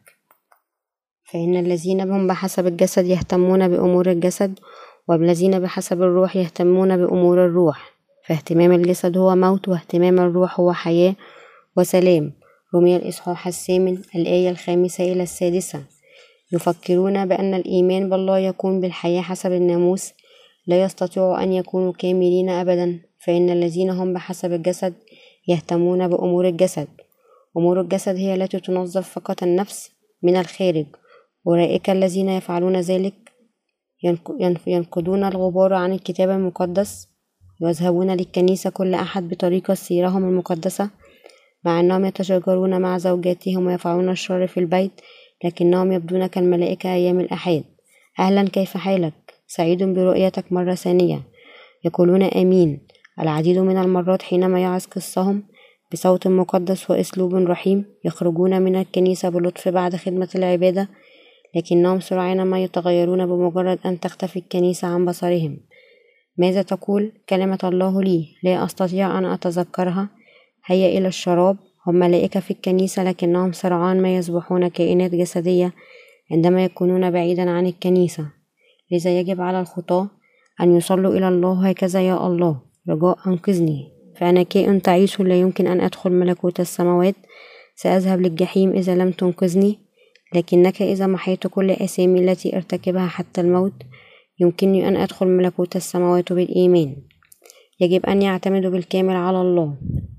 فإن الذين هم بحسب الجسد يهتمون بأمور الجسد، والذين بحسب الروح يهتمون بأمور الروح. فاهتمام الجسد هو موت، واهتمام الروح هو حياة وسلام. رمي الإصحاح الثامن الآية الخامسة إلى السادسة. يفكرون بأن الإيمان بالله يكون بالحياة حسب الناموس. لا يستطيعوا أن يكونوا كاملين أبدا، فإن الذين هم بحسب الجسد يهتمون بأمور الجسد. أمور الجسد هي التي تنظف فقط النفس من الخارج. أولئك الذين يفعلون ذلك ينقضون الغبار عن الكتاب المقدس، ويذهبون للكنيسة كل أحد بطريقة سيرهم المقدسة، مع أنهم يتشاجرون مع زوجاتهم ويفعلون الشر في البيت، لكنهم يبدون كالملائكة أيام الأحد. أهلا، كيف حالك؟ سعيد برؤيتك مرة ثانية. يقولون آمين العديد من المرات حينما يعظ قصهم بصوت مقدس وأسلوب رحيم. يخرجون من الكنيسة بلطف بعد خدمة العبادة، لكنهم سرعان ما يتغيرون بمجرد أن تختفي الكنيسة عن بصرهم. ماذا تقول كلمة الله لي؟ لا أستطيع أن أتذكرها. هيا إلى الشراب. هم ملائكة في الكنيسة، لكنهم سرعان ما يصبحون كائنات جسدية عندما يكونون بعيدا عن الكنيسة. لذا يجب على الخطاة أن يصلوا إلى الله هكذا: يا الله، رجاء أنقذني، فأنا كائن تعيس لا يمكن أن أدخل ملكوت السماوات. سأذهب للجحيم إذا لم تنقذني، لكنك إذا محيت كل آثامي التي ارتكبها حتى الموت يمكنني أن أدخل ملكوت السماوات بالإيمان. يجب أن يعتمد بالكامل على الله.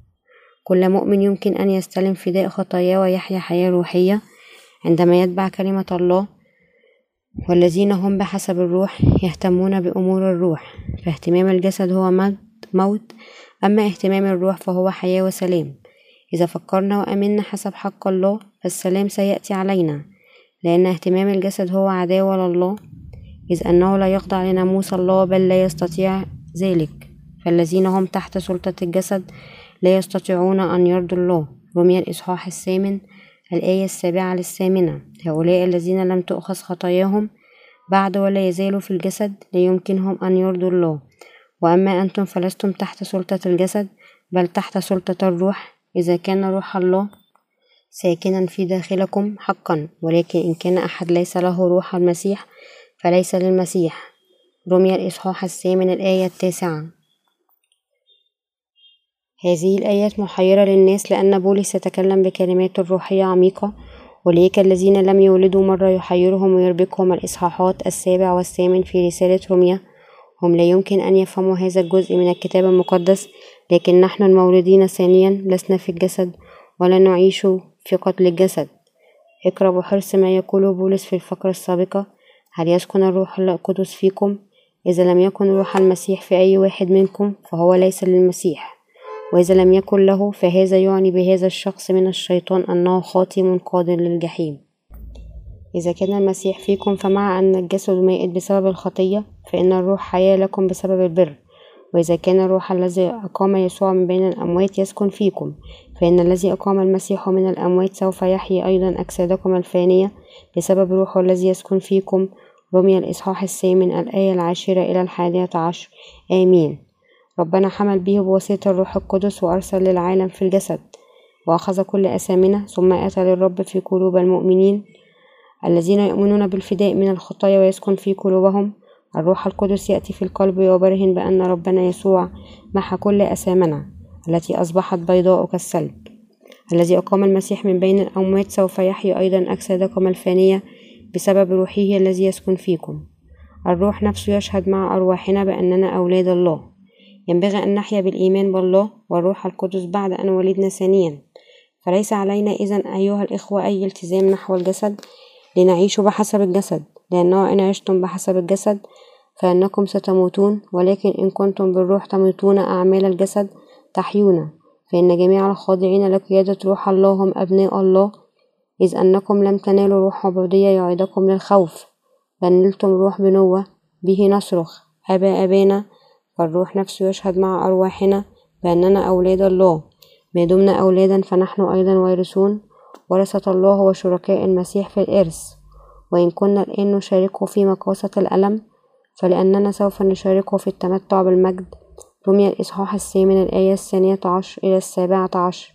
كل مؤمن يمكن أن يستلم فداء خطاياه ويحيا حياة روحية عندما يتبع كلمة الله. والذين هم بحسب الروح يهتمون بأمور الروح. فاهتمام الجسد هو موت، أما اهتمام الروح فهو حياة وسلام. إذا فكرنا وأمنا حسب حق الله فالسلام سيأتي علينا، لأن اهتمام الجسد هو عداوة لله، إذ أنه لا يخضع لناموس الله بل لا يستطيع ذلك. فالذين هم تحت سلطة الجسد لا يستطيعون أن يرضوا الله. رمي الإصحاح الثامن الآية السابعة للثامنة. هؤلاء الذين لم تؤخذ خطاياهم بعد ولا يزالوا في الجسد لا يمكنهم أن يرضوا الله. وأما أنتم فلستم تحت سلطة الجسد بل تحت سلطة الروح، إذا كان روح الله ساكنا في داخلكم حقا. ولكن إن كان أحد ليس له روح المسيح فليس للمسيح. رمي الإصحاح الثامن الآية التاسعة. هذه الآيات محيرة للناس، لأن بولس يتكلم بكلمات روحية عميقة. أولئك الذين لم يولدوا مرة يحيرهم ويربكهم الإصحاحات السابع والثامن في رسالة روميا. هم لا يمكن أن يفهموا هذا الجزء من الكتاب المقدس، لكن نحن المولودين ثانيا لسنا في الجسد ولا نعيش في قتل الجسد. اقرأ بحرص ما يقوله بولس في الفقرة السابقة: هل يسكن الروح القدس فيكم؟ إذا لم يكن روح المسيح في أي واحد منكم فهو ليس للمسيح، وإذا لم يكن له فهذا يعني بهذا الشخص من الشيطان أنه خاطئ منقاد للجحيم. إذا كان المسيح فيكم فمع أن الجسد مائت بسبب الخطية، فإن الروح حياة لكم بسبب البر. وإذا كان الروح الذي أقام يسوع من بين الأموات يسكن فيكم، فإن الذي أقام المسيح من الأموات سوف يحيي أيضا أجسادكم الفانية بسبب روحه الذي يسكن فيكم. رمي الإصحاح الثامن الآية العاشرة إلى الحادية عشر. آمين. ربنا حمل به بواسطة الروح القدس وأرسل للعالم في الجسد، وأخذ كل أثامنا، ثم أتى للرب في قلوب المؤمنين الذين يؤمنون بالفداء من الخطايا ويسكن في قلوبهم. الروح القدس يأتي في القلب ويبرهن بأن ربنا يسوع محى كل أثامنا التي أصبحت بيضاء كالثلج. الذي أقام المسيح من بين الأموات سوف يحيي أيضا أجسادكم الفانية بسبب روحه الذي يسكن فيكم. الروح نفسه يشهد مع أرواحنا بأننا أولاد الله. ينبغي أن نحيا بالإيمان بالله والروح القدس بعد أن ولدنا ثانيا. فليس علينا إذن أيها الإخوة أي التزام نحو الجسد لنعيش بحسب الجسد، لأنه إن عشتم بحسب الجسد فإنكم ستموتون، ولكن إن كنتم بالروح تموتون أعمال الجسد تحيون. فإن جميع الخاضعين لقيادة روح الله هم أبناء الله، إذ أنكم لم تنالوا روح عبودية يعيدكم للخوف، بل نلتم روح بنوة به نصرخ أبا أبانا. فالروح نفسه يشهد مع أرواحنا بأننا أولاد الله. ما دمنا أولادا فنحن أيضا وارثون، ورثة الله وشركاء المسيح في الإرث، وإن كنا الآن نشاركه في مقاصة الألم فلأننا سوف نشاركه في التمتع بالمجد. رمي الإصحاح الثامن الآية الثانية عشر إلى السابعة عشر.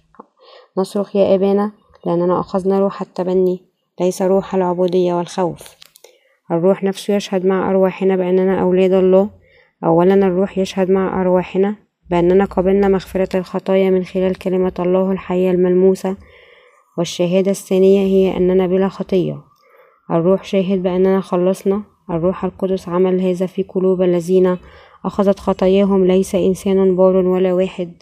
نصرخ يا أبانا لأننا أخذنا روح التبني، ليس روح العبودية والخوف. الروح نفسه يشهد مع أرواحنا بأننا أولاد الله. أولا الروح يشهد مع أرواحنا بأننا قبلنا مغفرة الخطايا من خلال كلمة الله الحية الملموسة، والشهادة الثانية هي أننا بلا خطية. الروح شاهد بأننا خلصنا. الروح القدس عمل هذا في قلوب الذين أخذت خطاياهم، ليس إنسان بار ولا واحد.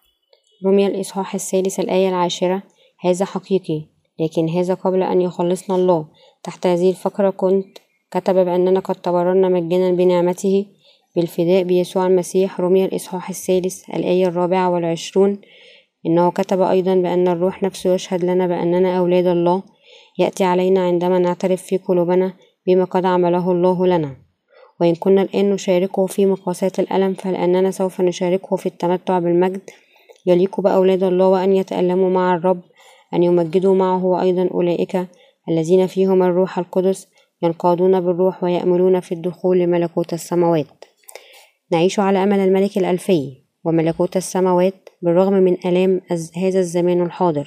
رمي الإصحاح الثالث الآية العاشرة. هذا حقيقي، لكن هذا قبل أن يخلصنا الله. تحت هذه الفقرة كنت كتب بأننا قد تبررنا مجانا بنعمته بالفداء بيسوع المسيح. رمي الإصحاح الثالث الآية الرابعة والعشرون. إنه كتب أيضا بأن الروح نفسه يشهد لنا بأننا أولاد الله. يأتي علينا عندما نعترف في قلوبنا بما قد عمله الله لنا. وإن كنا الآن نشاركه في مقاسات الألم فلأننا سوف نشاركه في التمتع بالمجد. يليق بأولاد الله وأن يتألموا مع الرب أن يمجدوا معه، وأيضا أولئك الذين فيهم الروح القدس ينقادون بالروح ويأملون في الدخول لملكوت السماوات. نعيش على أمل الملك الألفي وملكوت السماوات بالرغم من آلام هذا الزمان الحاضر.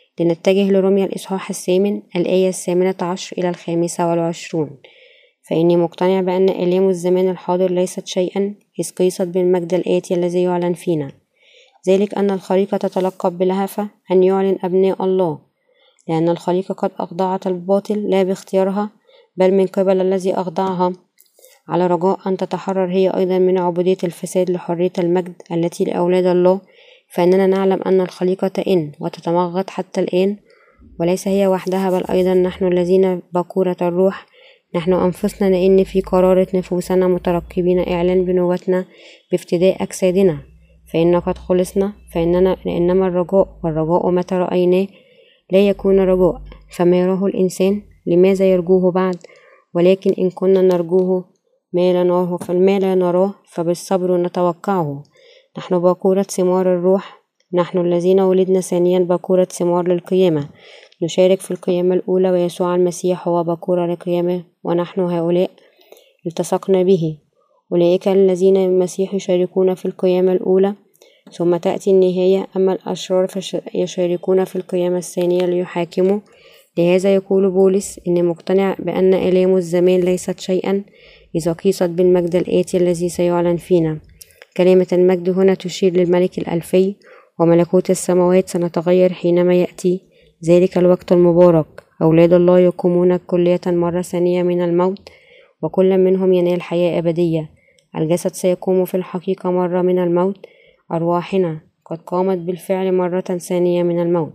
لنتجه لرمي الإصحاح الثامن الآية الثامنة عشر إلى الخامسة والعشرون. فإني مقتنع بأن آلام الزمان الحاضر ليست شيئا إذ قيست بالمجد الآتي الذي يعلن فينا، ذلك أن الخليقة تتلقب بلهفة أن يعلن أبناء الله، لأن الخليقة قد أخضعت الباطل لا باختيارها بل من قبل الذي أخضعها، على رجاء أن تتحرر هي أيضا من عبودية الفساد لحرية المجد التي لأولاد الله. فإننا نعلم أن الخليقة تئن وتتمغط حتى الآن، وليس هي وحدها بل أيضا نحن الذين بكورة الروح، نحن أنفسنا نئن في قرارة نفوسنا مترقبين إعلان بنوتنا بافتداء أجسادنا. فإن قد خلصنا، فإننا إنما الرجاء، والرجاء متى رأيناه لا يكون رجاء، فما يراه الإنسان لماذا يرجوه بعد؟ ولكن إن كنا نرجوه ما لا نراه فالما لا نراه فبالصبر نتوقعه. نحن باكورة ثمار الروح، نحن الذين ولدنا ثانيا باكورة ثمار للقيامة، نشارك في القيامة الأولى، ويسوع المسيح هو باكورة للقيامة، ونحن هؤلاء التصقنا به. أولئك الذين المسيح يشاركون في القيامة الأولى، ثم تأتي النهاية، أما الأشرار فيشاركون في القيامة الثانية ليحاكموا. لهذا يقول بولس إني مقتنع بأن آلام الزمان ليست شيئا إذا قيست بالمجد الآتي الذي سيعلن فينا. كلمة المجد هنا تشير للملك الألفي، وملكوت السماوات سنتغير حينما يأتي ذلك الوقت المبارك. أولاد الله يقومون كلية مرة ثانية من الموت، وكل منهم ينال حياة أبدية. الجسد سيقوم في الحقيقة مرة من الموت، أرواحنا قد قامت بالفعل مرة ثانية من الموت.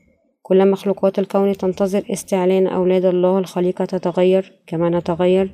كل مخلوقات الكون تنتظر استعلان أولاد الله. الخليقة تتغير كما نتغير.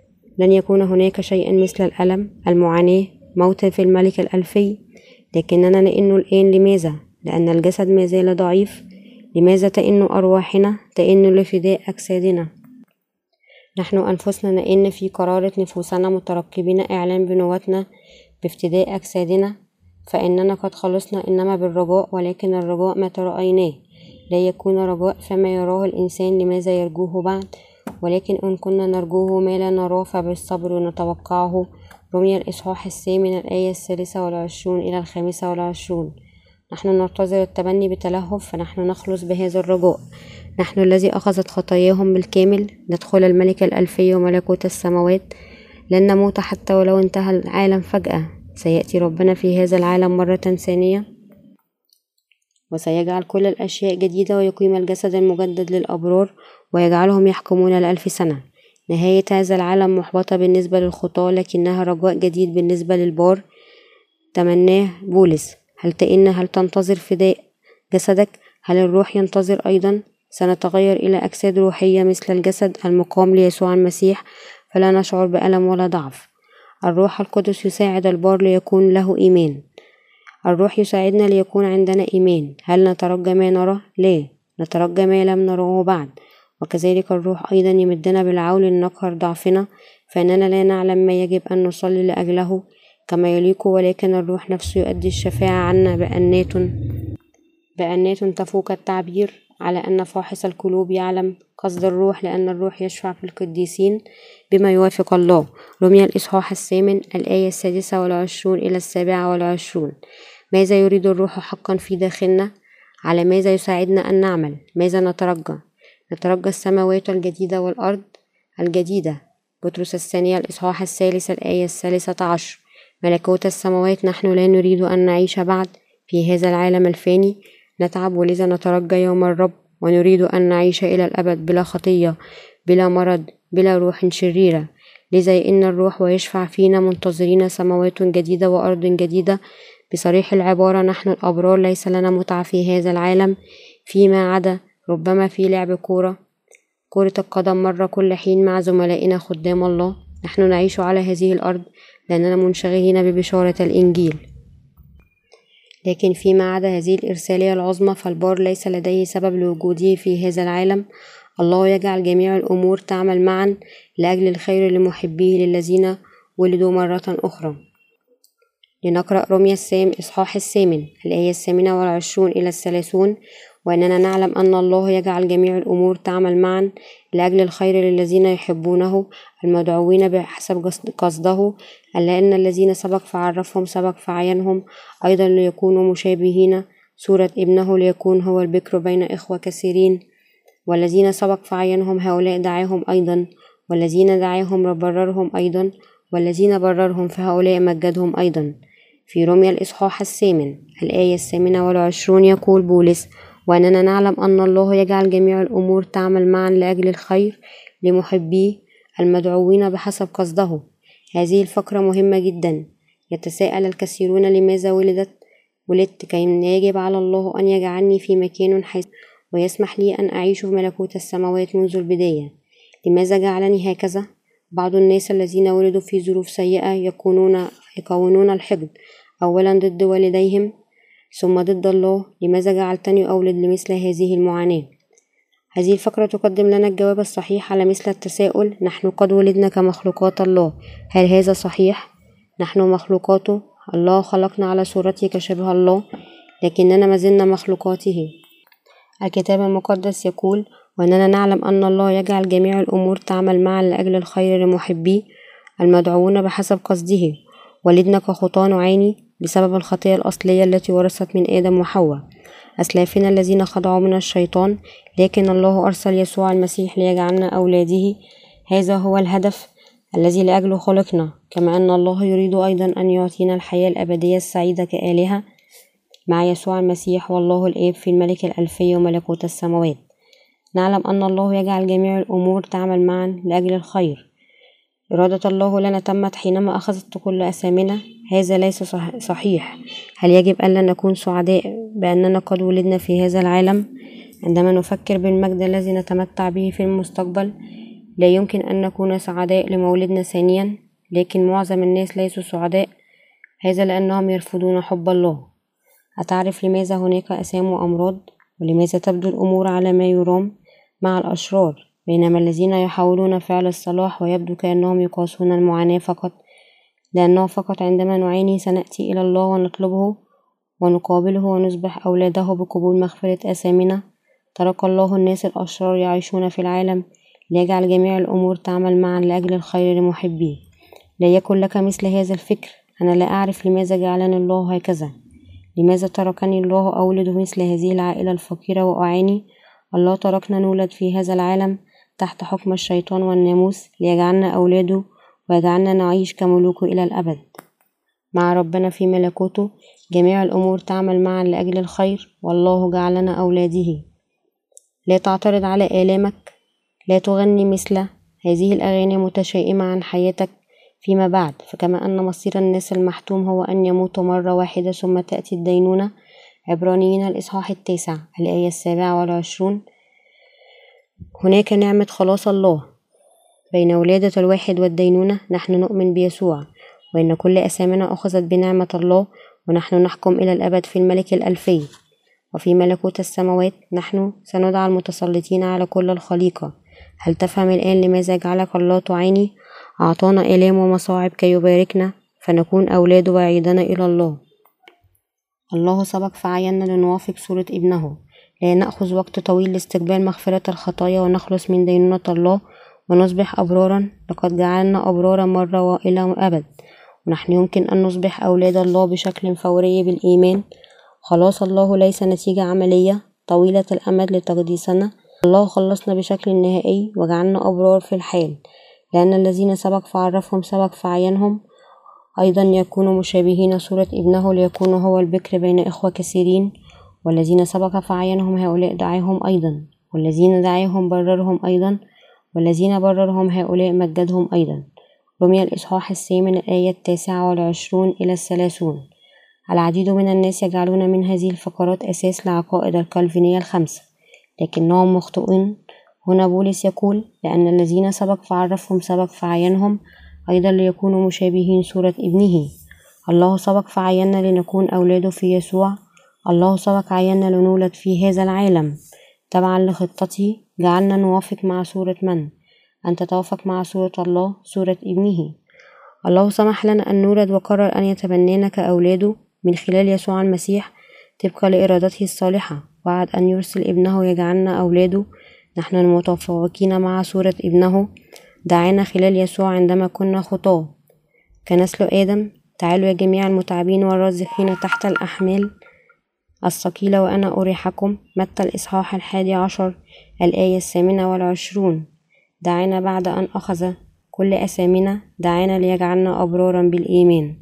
لن يكون هناك شيء مثل الألم، المعاناة، موت في الملك الألفي، لكننا نئن الآن. لماذا؟ لأن الجسد ما زال ضعيف. لماذا تئن أرواحنا؟ تئن لفداء أجسادنا. نحن أنفسنا نئن في قرارة نفوسنا مترقبين إعلان بنوتنا بافتداء أجسادنا، فإننا قد خلصنا إنما بالرجاء، ولكن الرجاء ما ترأيناه، لا يكون رجاء فما يراه الإنسان لماذا يرجوه بعد، ولكن إن كنا نرجوه ما لا نراه فبالصبر نتوقعه. رمي الإصحاح الثامن الآية الثالثة والعشرون إلى الخامسة والعشرون. نحن ننتظر التبني بتلهف، فنحن نخلص بهذا الرجاء. نحن الذي أخذت خطاياهم بالكامل ندخل الملك الألفي وملكوت السماوات، لن نموت حتى ولو انتهى العالم فجأة. سيأتي ربنا في هذا العالم مرة ثانية وسيجعل كل الأشياء جديدة، ويقيم الجسد المجدد للأبرار ويجعلهم يحكمون لألف سنة. نهاية هذا العالم محبطة بالنسبة للخطاة، لكنها رجاء جديد بالنسبة للبار. تمناه بولس. هل تئن هل تنتظر فداء جسدك؟ هل الروح ينتظر أيضا؟ سنتغير إلى أجساد روحية مثل الجسد المقام ليسوع المسيح، فلا نشعر بألم ولا ضعف. الروح القدس يساعد البار ليكون له إيمان. الروح يساعدنا ليكون عندنا إيمان. هل نترجى ما نرى؟ لا، نترجى ما لم نراه بعد. وكذلك الروح أيضا يمدنا بالعون لنقهر ضعفنا، فإننا لا نعلم ما يجب أن نصلي لأجله كما يليق، ولكن الروح نفسه يؤدي الشفاعة عنا بأنات بأنات تفوق التعبير، على أن فاحص القلوب يعلم قصد الروح، لأن الروح يشفع في القديسين بما يوافق الله. رمي الإصحاح الثامن الآية السادسة والعشرون إلى السابعة والعشرون. ماذا يريد الروح حقا في داخلنا؟ على ماذا يساعدنا أن نعمل؟ ماذا نترجى؟ نترجى السماوات الجديدة والأرض الجديدة. بطرس الثانية الإصحاح الثالث الآية الثالثة عشر. ملكوت السماوات. نحن لا نريد أن نعيش بعد في هذا العالم الفاني، نتعب ولذا نترجى يوم الرب، ونريد أن نعيش إلى الأبد بلا خطية، بلا مرض، بلا روح شريرة. لذا إن الروح ويشفع فينا منتظرين سماوات جديدة وأرض جديدة. بصريح العبارة نحن الأبرار ليس لنا متعة في هذا العالم، فيما عدا ربما في لعب كورة كرة القدم مرة كل حين مع زملائنا خدام الله. نحن نعيش على هذه الأرض لأننا منشغلين ببشارة الإنجيل، لكن فيما عدا هذه الإرسالية العظمى فالبار ليس لديه سبب لوجوده في هذا العالم. الله يجعل جميع الأمور تعمل معا لأجل الخير لمحبيه للذين ولدوا مرة أخرى. لنقرأ رمي السام إصحاح الثامن الآية الثامنة والعشرون إلى الثلاثون. وأننا نعلم أن الله يجعل جميع الأمور تعمل معا لأجل الخير للذين يحبونه المدعوين بحسب قصده، ألا إن الذين سبق فعرفهم سبق فعينهم أيضا ليكونوا مشابهين صورة ابنه، ليكون هو البكر بين إخوة كثيرين. والذين سبق فعينهم هؤلاء دعاهم أيضا، والذين دعاهم بررهم أيضا، والذين بررهم فهؤلاء مجدهم أيضا. في رمي الإصحاح الثامن الآية الثامنة والعشرون يقول بولس: وأننا نعلم أن الله يجعل جميع الأمور تعمل معا لأجل الخير لمحبيه المدعوين بحسب قصده. هذه الفقرة مهمة جدا. يتساءل الكثيرون لماذا ولدت ولدت كأن يجب على الله أن يجعلني في مكان حيث ويسمح لي أن أعيش في ملكوت السماوات منذ البداية. لماذا جعلني هكذا؟ بعض الناس الذين ولدوا في ظروف سيئة يكونون يكونون الحقد أولا ضد والديهم ثم ضد الله. لماذا جعلتني أولد لمثل هذه المعاناة؟ هذه الفقرة تقدم لنا الجواب الصحيح على مثل التساؤل. نحن قد ولدنا كمخلوقات الله. هل هذا صحيح؟ نحن مخلوقاته. الله خلقنا على صورته كشبه الله، لكننا ما زلنا مخلوقاته. الكتاب المقدس يقول: وأننا نعلم أن الله يجعل جميع الأمور تعمل معا لأجل الخير لمحبيه المدعوون بحسب قصده. ولدنا كخطاة نعاني بسبب الخطيئة الأصلية التي ورثت من آدم وحواء أسلافنا الذين خضعوا من الشيطان، لكن الله أرسل يسوع المسيح ليجعلنا أولاده. هذا هو الهدف الذي لأجله خلقنا، كما أن الله يريد أيضا أن يعطينا الحياة الأبدية السعيدة كآلهة مع يسوع المسيح والله الآب في الملك الألفي وملكوت السماوات. نعلم أن الله يجعل جميع الأمور تعمل معا لأجل الخير. إرادة الله لنا تمت حينما أخذت كل أثامنا. هذا ليس صحيح. هل يجب ألا نكون سعداء بأننا قد ولدنا في هذا العالم؟ عندما نفكر بالمجد الذي نتمتع به في المستقبل لا يمكن أن نكون سعداء لمولدنا ثانيا، لكن معظم الناس ليسوا سعداء. هذا لأنهم يرفضون حب الله. أتعرف لماذا هناك أثام وأمراض؟ ولماذا تبدو الأمور على ما يرام مع الأشرار، بينما الذين يحاولون فعل الصلاح ويبدو كأنهم يقاسون المعاناة فقط؟ لأنه فقط عندما نعاني سنأتي إلى الله ونطلبه ونقابله ونصبح أولاده بقبول مغفرة آثامنا. ترك الله الناس الأشرار يعيشون في العالم ليجعل جميع الأمور تعمل معا لأجل الخير لمحبيه. لا يكن لك مثل هذا الفكر. أنا لا أعرف لماذا جعلني الله هكذا. لماذا تركني الله أولد مثل هذه العائلة الفقيرة وأعاني؟ الله تركنا نولد في هذا العالم تحت حكم الشيطان والناموس ليجعلنا أولاده ويجعلنا نعيش كملوكه إلى الأبد مع ربنا في ملكوته. جميع الأمور تعمل معا لأجل الخير، والله جعلنا أولاده. لا تعترض على آلامك. لا تغني مثل هذه الأغاني متشائمة عن حياتك فيما بعد، فكما أن مصير الناس المحتوم هو أن يموتوا مرة واحدة ثم تأتي الدينونة. عبرانيين الإصحاح التاسع الآية السابعة والعشرون. هناك نعمة خلاص الله بين ولادة الواحد والدينونة. نحن نؤمن بيسوع وإن كل أثامنا أخذت بنعمة الله، ونحن نحكم إلى الأبد في الملك الألفي وفي ملكوت السماوات. نحن سندعى المتسلطين على كل الخليقة. هل تفهم الآن لماذا جعلك الله تعاني؟ أعطانا آلام ومصاعب كي يباركنا فنكون أولاده ويعيدنا إلى الله. الله سبق فعيننا لنوافق صورة ابنه، لا نأخذ وقت طويل لاستقبال مغفرة الخطايا ونخلص من دينونة الله ونصبح أبرارا. لقد جعلنا أبرارا مرة وإلى أبد، ونحن يمكن أن نصبح أولاد الله بشكل فوري بالإيمان. خلاص الله ليس نتيجة عملية طويلة الأمد لتقديسنا. الله خلصنا بشكل نهائي وجعلنا أبرار في الحال، لأن الذين سبق فعرفهم سبق فعينهم أيضا يكونوا مشابهين صورة ابنه ليكونوا هو البكر بين إخوة كثيرين. والذين سبق فعينهم هؤلاء دعاهم أيضا، والذين دعاهم بررهم أيضا، والذين بررهم هؤلاء مجدهم أيضا. رمي الإصحاح الثامن الآية التاسعة والعشرون إلى الثلاثون. العديد من الناس يجعلون من هذه الفقرات أساس لعقائد الكالفينية الخمسة، لكنهم مخطئون. هنا بولس يقول: لأن الذين سبق فعرفهم سبق فعينهم أيضا ليكونوا مشابهين صورة ابنه. الله سبق فعيننا لنكون أولاده في يسوع. الله سبق عيننا لنولد في هذا العالم تبعا لخطته. جعلنا نوافق مع صورة من؟ أن تتوافق مع صورة الله، صورة ابنه. الله سمح لنا أن نولد وقرر أن يتبنانا كأولاده من خلال يسوع المسيح طبقا لإرادته الصالحة. وعد أن يرسل ابنه يجعلنا أولاده. نحن المتفوقين مع صورة ابنه دعانا خلال يسوع عندما كنا خطاة كنسل آدم. تعالوا يا جميع المتعبين والرازقين تحت الأحمال الثقيلة وأنا أريحكم. متى الإصحاح الحادي عشر الآية الثامنة والعشرون. دعانا بعد أن أخذ كل أثامنا، دعانا ليجعلنا أبرارا بالإيمان.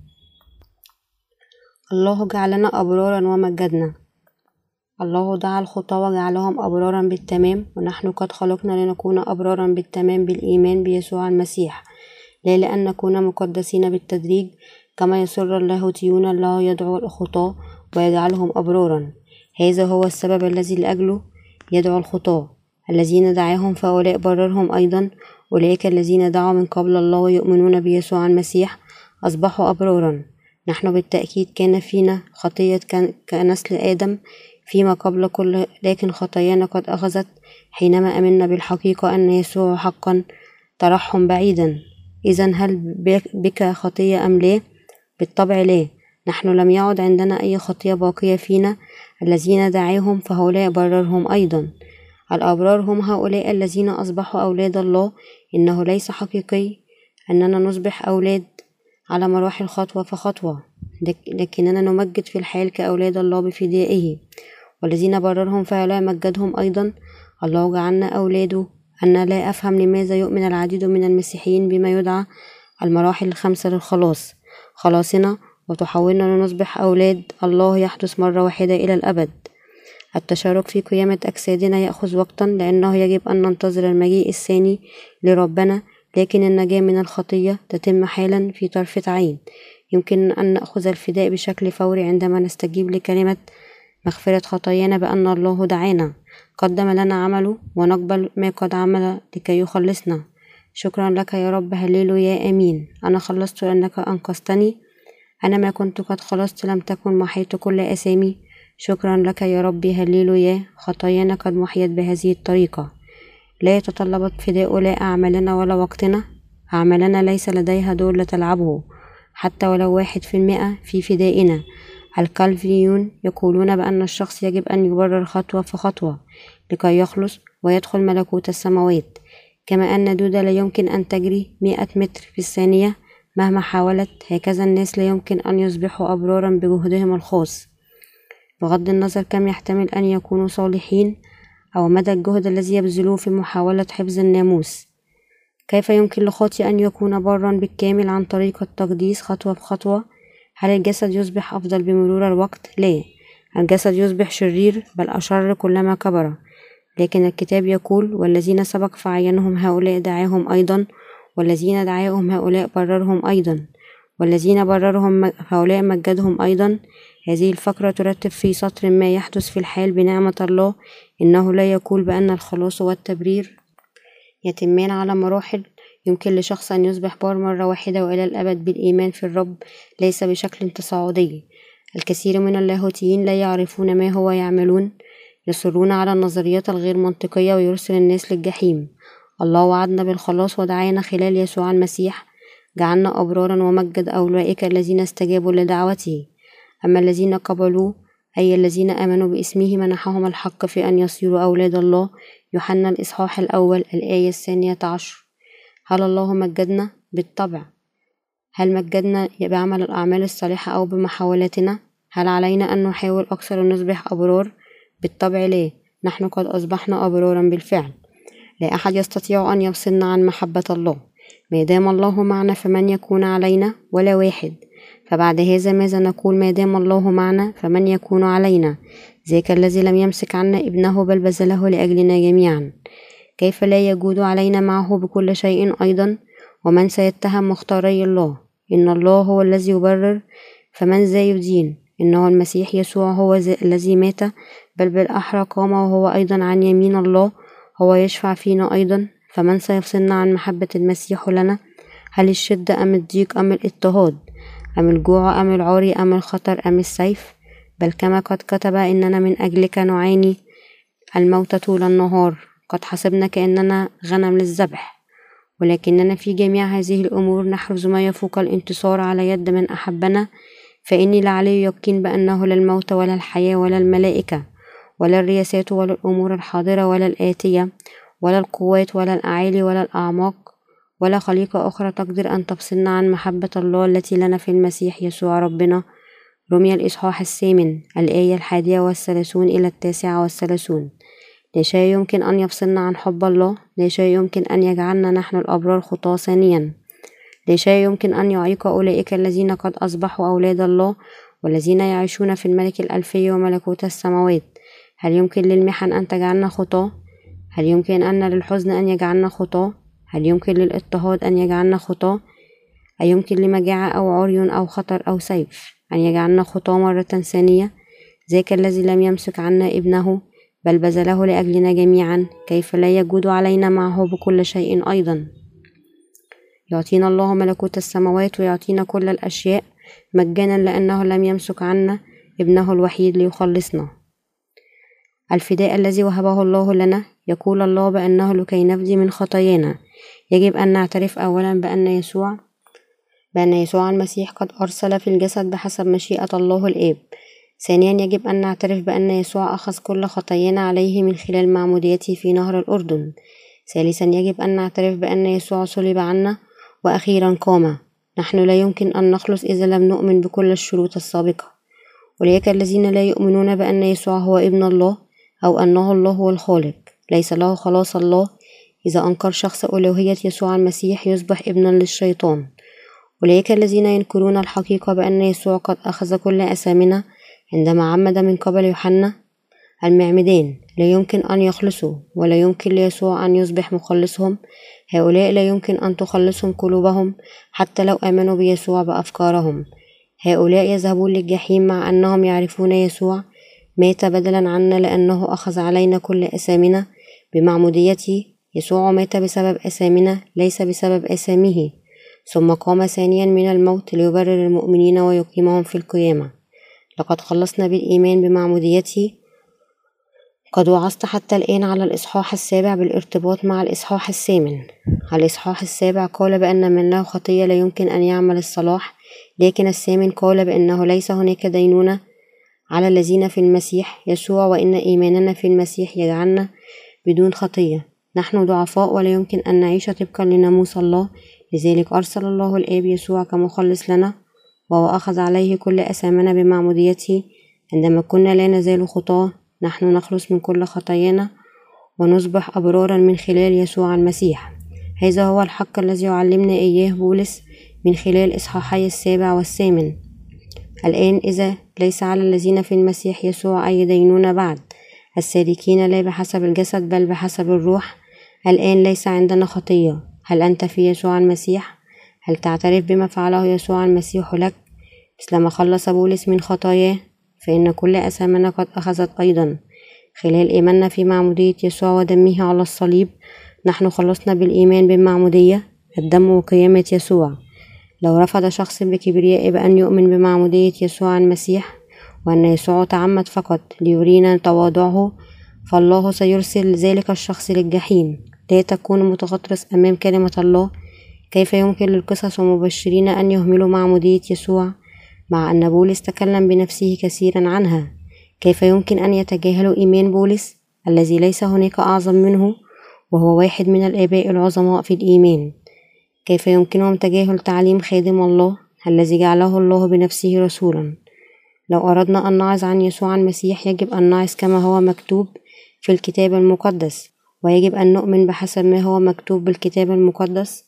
الله جعلنا أبرارا ومجدنا. الله دعا الخطاة وجعلهم أبرارا بالتمام، ونحن قد خلقنا لنكون أبرارا بالتمام بالإيمان بيسوع المسيح، لا لأن نكون مقدسين بالتدريج كما يسر اللاهوتيون. الله يدعو الخطاة ويجعلهم أبرارا. هذا هو السبب الذي لأجله يدعو الخطاة. الذين دعاهم فهؤلاء بررهم أيضا. أولئك الذين دعوا من قبل الله ويؤمنون بيسوع المسيح أصبحوا أبرارا. نحن بالتأكيد كان فينا خطية كنسل آدم فيما قبل كل، لكن خطايانا قد أخذت حينما أمنا بالحقيقة أن يسوع حقا ترحم بعيدا. إذن هل بك خطية أم لا؟ بالطبع لا. نحن لم يعد عندنا أي خطية باقية فينا. الذين دعاهم فهؤلاء بررهم أيضا. الأبرار هم هؤلاء الذين أصبحوا أولاد الله. إنه ليس حقيقي أننا نصبح أولاد على مراحل خطوة فخطوة، لكننا نمجد في الحال كأولاد الله بفدائه. والذين بررهم فهؤلاء مجدهم أيضا. الله جعلنا أولاده. أنا لا أفهم لماذا يؤمن العديد من المسيحيين بما يدعى المراحل الخمسة للخلاص. خلاصنا وتحولنا لنصبح أولاد الله يحدث مرة واحدة إلى الأبد. التشارك في قيامة أجسادنا يأخذ وقتا، لأنه يجب أن ننتظر المجيء الثاني لربنا، لكن النجاة من الخطية تتم حالا في طرفة عين. يمكن أن نأخذ الفداء بشكل فوري عندما نستجيب لكلمة مغفرة خطايانا بأن الله دعانا، قدم لنا عمله، ونقبل ما قد عمل لكي يخلصنا. شكرا لك يا رب. هللويا آمين. أنا خلصت لأنك أنقذتني. أنا ما كنت قد خلصت لم تكن محيت كل أثامي. شكرا لك يا ربي. هللويا. خطايانا قد محيت بهذه الطريقة. لا يتطلب فداء لا أعمالنا ولا وقتنا. أعمالنا ليس لديها دور لتلعبه. حتى ولو واحد في المئة في فدائنا. الكالفيون يقولون بأن الشخص يجب أن يبرر خطوة فخطوة لكي يخلص ويدخل ملكوت السماوات، كما أن دودة لا يمكن أن تجري مئة متر في الثانية مهما حاولت، هكذا الناس لا يمكن أن يصبحوا أبرارا بجهدهم الخاص، بغض النظر كم يحتمل أن يكونوا صالحين أو مدى الجهد الذي يبذلوه في محاولة حفظ الناموس. كيف يمكن لخاطئ أن يكون برا بالكامل عن طريق التقديس خطوة بخطوة؟ هل الجسد يصبح أفضل بمرور الوقت؟ لا، الجسد يصبح شرير بل أشر كلما كبر، لكن الكتاب يقول: والذين سبق فعينهم هؤلاء دعاهم أيضا، والذين دعاهم هؤلاء بررهم أيضا، والذين بررهم هؤلاء مجدهم أيضا. هذه الفقرة ترتب في سطر ما يحدث في الحال بنعمة الله. إنه لا يقول بأن الخلاص والتبرير يتمان على مراحل. يمكن لشخص أن يصبح بار مرة واحدة وإلى الأبد بالإيمان في الرب، ليس بشكل تصاعدي. الكثير من اللاهوتيين لا يعرفون ما هو يعملون، يصرون على النظريات الغير منطقية ويرسل الناس للجحيم. الله وعدنا بالخلاص ودعانا خلال يسوع المسيح، جعلنا أبرارا ومجد أولئك الذين استجابوا لدعوته. أما الذين قبلوه، أي الذين آمنوا باسمه، منحهم الحق في أن يصيروا أولاد الله. يوحنا الإصحاح الأول الآية الثانية عشر. هل الله مجدنا؟ بالطبع. هل مجدنا بعمل الأعمال الصالحة أو بمحاولتنا؟ هل علينا أن نحاول أكثر لنصبح أبرار؟ بالطبع لا، نحن قد أصبحنا أبرارا بالفعل. لا أحد يستطيع أن يفصلنا عن محبة الله. ما دام الله معنا فمن يكون علينا؟ ولا واحد. فبعد هذا ماذا نقول؟ ما دام الله معنا فمن يكون علينا؟ ذاك الذي لم يمسك عنا ابنه بل بذله لأجلنا جميعا. كيف لا يجود علينا معه بكل شيء أيضا؟ ومن سيتهم مختاري الله؟ إن الله هو الذي يبرر، فمن ذا يدين؟ إنه المسيح يسوع هو الذي مات، بل بالأحرى قام، وهو أيضا عن يمين الله، هو يشفع فينا أيضا. فمن سيفصلنا عن محبة المسيح لنا؟ هل الشدة أم الضيق أم الاضطهاد أم الجوع أم العري أم الخطر أم السيف؟ بل كما قد كتب: إننا من أجلك نعاني الموت طول النهار، قد حسبنا كأننا غنم للذبح. ولكننا في جميع هذه الأمور نحرز ما يفوق الانتصار على يد من أحبنا. فإني لعلي يقين بأنه لا الموت ولا الحياة ولا الملائكة ولا الرياسات ولا الأمور الحاضرة ولا الآتية ولا القوات ولا الأعالي ولا الأعماق ولا خليقة أخرى تقدر أن تفصلنا عن محبة الله التي لنا في المسيح يسوع ربنا. رمي الإصحاح الثامن الآية الحادية والثلاثون إلى التاسعة والثلاثون. لا شيء يمكن أن يفصلنا عن حب الله، لا شيء يمكن أن يجعلنا نحن الأبرار خطاة ثانيا، لا شيء يمكن أن يعيق أولئك الذين قد أصبحوا أولاد الله والذين يعيشون في الملك الألفي وملكوت السماوات. هل يمكن للمحن أن تجعلنا خطاة؟ هل يمكن أن للحزن أن يجعلنا خطاة؟ هل يمكن للاضطهاد أن يجعلنا خطاة؟ أيمكن لمجاعة أو عري أو خطر أو سيف أن يجعلنا خطاة مرة ثانية؟ ذاك الذي لم يمسك عنا ابنه بل بذله لأجلنا جميعا، كيف لا يجود علينا معه بكل شيء أيضا؟ يعطينا الله ملكوت السماوات ويعطينا كل الأشياء مجانا، لأنه لم يمسك عنا ابنه الوحيد ليخلصنا. الفداء الذي وهبه الله لنا. يقول الله بأنه لكي نفدي من خطايانا يجب أن نعترف أولا بأن يسوع بأن يسوع المسيح قد أرسل في الجسد بحسب مشيئة الله الآب. ثانيا يجب أن نعترف بأن يسوع أخذ كل خطايانا عليه من خلال معموديته في نهر الأردن. ثالثا يجب أن نعترف بأن يسوع صلب عنا. وأخيرا قام. نحن لا يمكن أن نخلص إذا لم نؤمن بكل الشروط السابقة. أولئك الذين لا يؤمنون بأن يسوع هو ابن الله أو أنه الله هو الخالق ليس له خلاص الله. إذا أنكر شخص ألوهية يسوع المسيح يصبح ابنا للشيطان. أولئك الذين ينكرون الحقيقة بأن يسوع قد أخذ كل أثامنا عندما عمد من قبل يوحنا المعمدان لا يمكن أن يخلصوا، ولا يمكن ليسوع أن يصبح مخلصهم. هؤلاء لا يمكن أن تخلصهم قلوبهم حتى لو آمنوا بيسوع بأفكارهم. هؤلاء يذهبون للجحيم مع أنهم يعرفون يسوع مات بدلا عنا لأنه أخذ علينا كل أثامنا بمعموديته. يسوع مات بسبب أثامنا ليس بسبب أثامه، ثم قام ثانيا من الموت ليبرر المؤمنين ويقيمهم في القيامة. لقد خلصنا بالإيمان بمعموديته. قد وعظت حتى الآن على الإصحاح السابع بالارتباط مع الإصحاح الثامن. الإصحاح السابع قال بأن من له خطية لا يمكن أن يعمل الصلاح، لكن الثامن قال بأنه ليس هناك دينونة على الذين في المسيح يسوع، وإن إيماننا في المسيح يجعلنا بدون خطية. نحن ضعفاء ولا يمكن أن نعيش طبقا لناموس الله، لذلك أرسل الله الآب يسوع كمخلص لنا، وهو أخذ عليه كل أثامنا بمعموديته. عندما كنا لا نزال خطاة نحن نخلص من كل خطايانا ونصبح أبرارا من خلال يسوع المسيح. هذا هو الحق الذي يعلمنا إياه بولس من خلال إصحاحي السابع والثامن. الآن إذا ليس على الذين في المسيح يسوع أي دينونة بعد، السالكين لا بحسب الجسد بل بحسب الروح. الآن ليس عندنا خطية. هل أنت في يسوع المسيح؟ هل تعترف بما فعله يسوع المسيح لك مثلما خلص بولس من خطاياه؟ فإن كل أثامنا قد أخذت أيضا خلال إيماننا في معمودية يسوع ودمه على الصليب. نحن خلصنا بالإيمان بالمعمودية، الدم وقيامة يسوع. لو رفض شخص بكبرياء بأن يؤمن بمعمودية يسوع المسيح وأن يسوع تعمد فقط ليرينا تواضعه، فالله سيرسل ذلك الشخص للجحيم. لا تكون متغطرس أمام كلمة الله. كيف يمكن للقصص ومبشرين أن يهملوا معمودية يسوع مع أن بولس تكلم بنفسه كثيرا عنها؟ كيف يمكن أن يتجاهلوا إيمان بولس الذي ليس هناك أعظم منه، وهو واحد من الآباء العظماء في الإيمان؟ كيف يمكنهم تجاهل تعليم خادم الله الذي جعله الله بنفسه رسولا؟ لو أردنا أن نعظ عن يسوع المسيح يجب أن نعظ كما هو مكتوب في الكتاب المقدس، ويجب أن نؤمن بحسب ما هو مكتوب بالكتاب المقدس.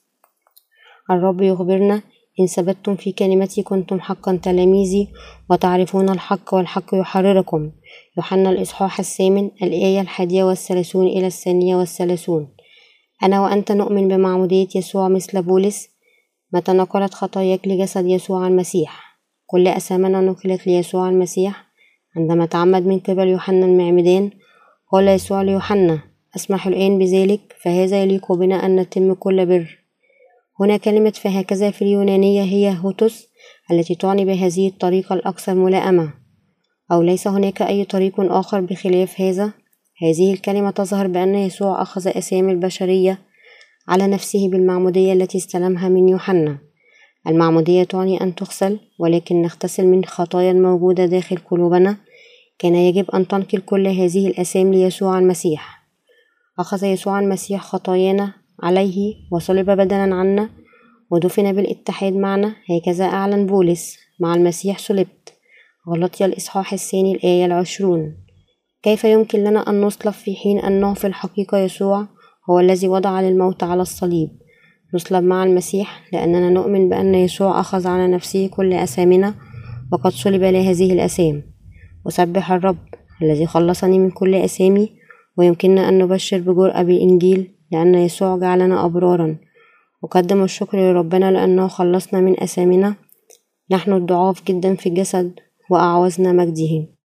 الرب يخبرنا: إن ثبتتم في كلمتي كنتم حقا تلاميذي وتعرفون الحق والحق يحرركم. يوحنا الإصحاح الثامن الآية الحادية والثلاثون إلى الثانية والثلاثون. أنا وأنت نؤمن بمعمودية يسوع مثل بولس. متى نقلت خطاياك لجسد يسوع المسيح؟ كل أثامنا نقلت ليسوع المسيح عندما تعمد من قبل يوحنا المعمدان. قال يسوع ليوحنا: أسمح الآن بذلك، فهذا يليق بنا أن نتم كل بر. هنا كلمة فهكذا في اليونانية هي هوتوس، التي تعني بهذه الطريقة الأكثر ملائمة، أو ليس هناك أي طريق آخر بخلاف هذا. هذه الكلمة تظهر بأن يسوع أخذ أثام البشرية على نفسه بالمعمودية التي استلمها من يوحنا. المعمودية تعني أن تغسل، ولكن نغتسل من خطايا الموجودة داخل قلوبنا. كان يجب أن تنقل كل هذه الأثام ليسوع المسيح. أخذ يسوع المسيح خطايانا عليه وصلب بدلا عنا ودفن بالاتحاد معنا. هكذا أعلن بولس: مع المسيح صلبت. غلطي الإصحاح الثاني الآية العشرون. كيف يمكن لنا أن نصلب في حين أنه في الحقيقة يسوع هو الذي وضع للموت على الصليب؟ نصلب مع المسيح لأننا نؤمن بأن يسوع أخذ على نفسه كل أثامنا وقد صلب لهذه الأثام. أسبح الرب الذي خلصني من كل أثامي. ويمكننا أن نبشر بجرأة بالإنجيل لأن يسوع جعلنا أبرارا. أقدم الشكر لربنا لأنه خلصنا من أثامنا. نحن الضعاف جدا في الجسد وأعوزنا مجده.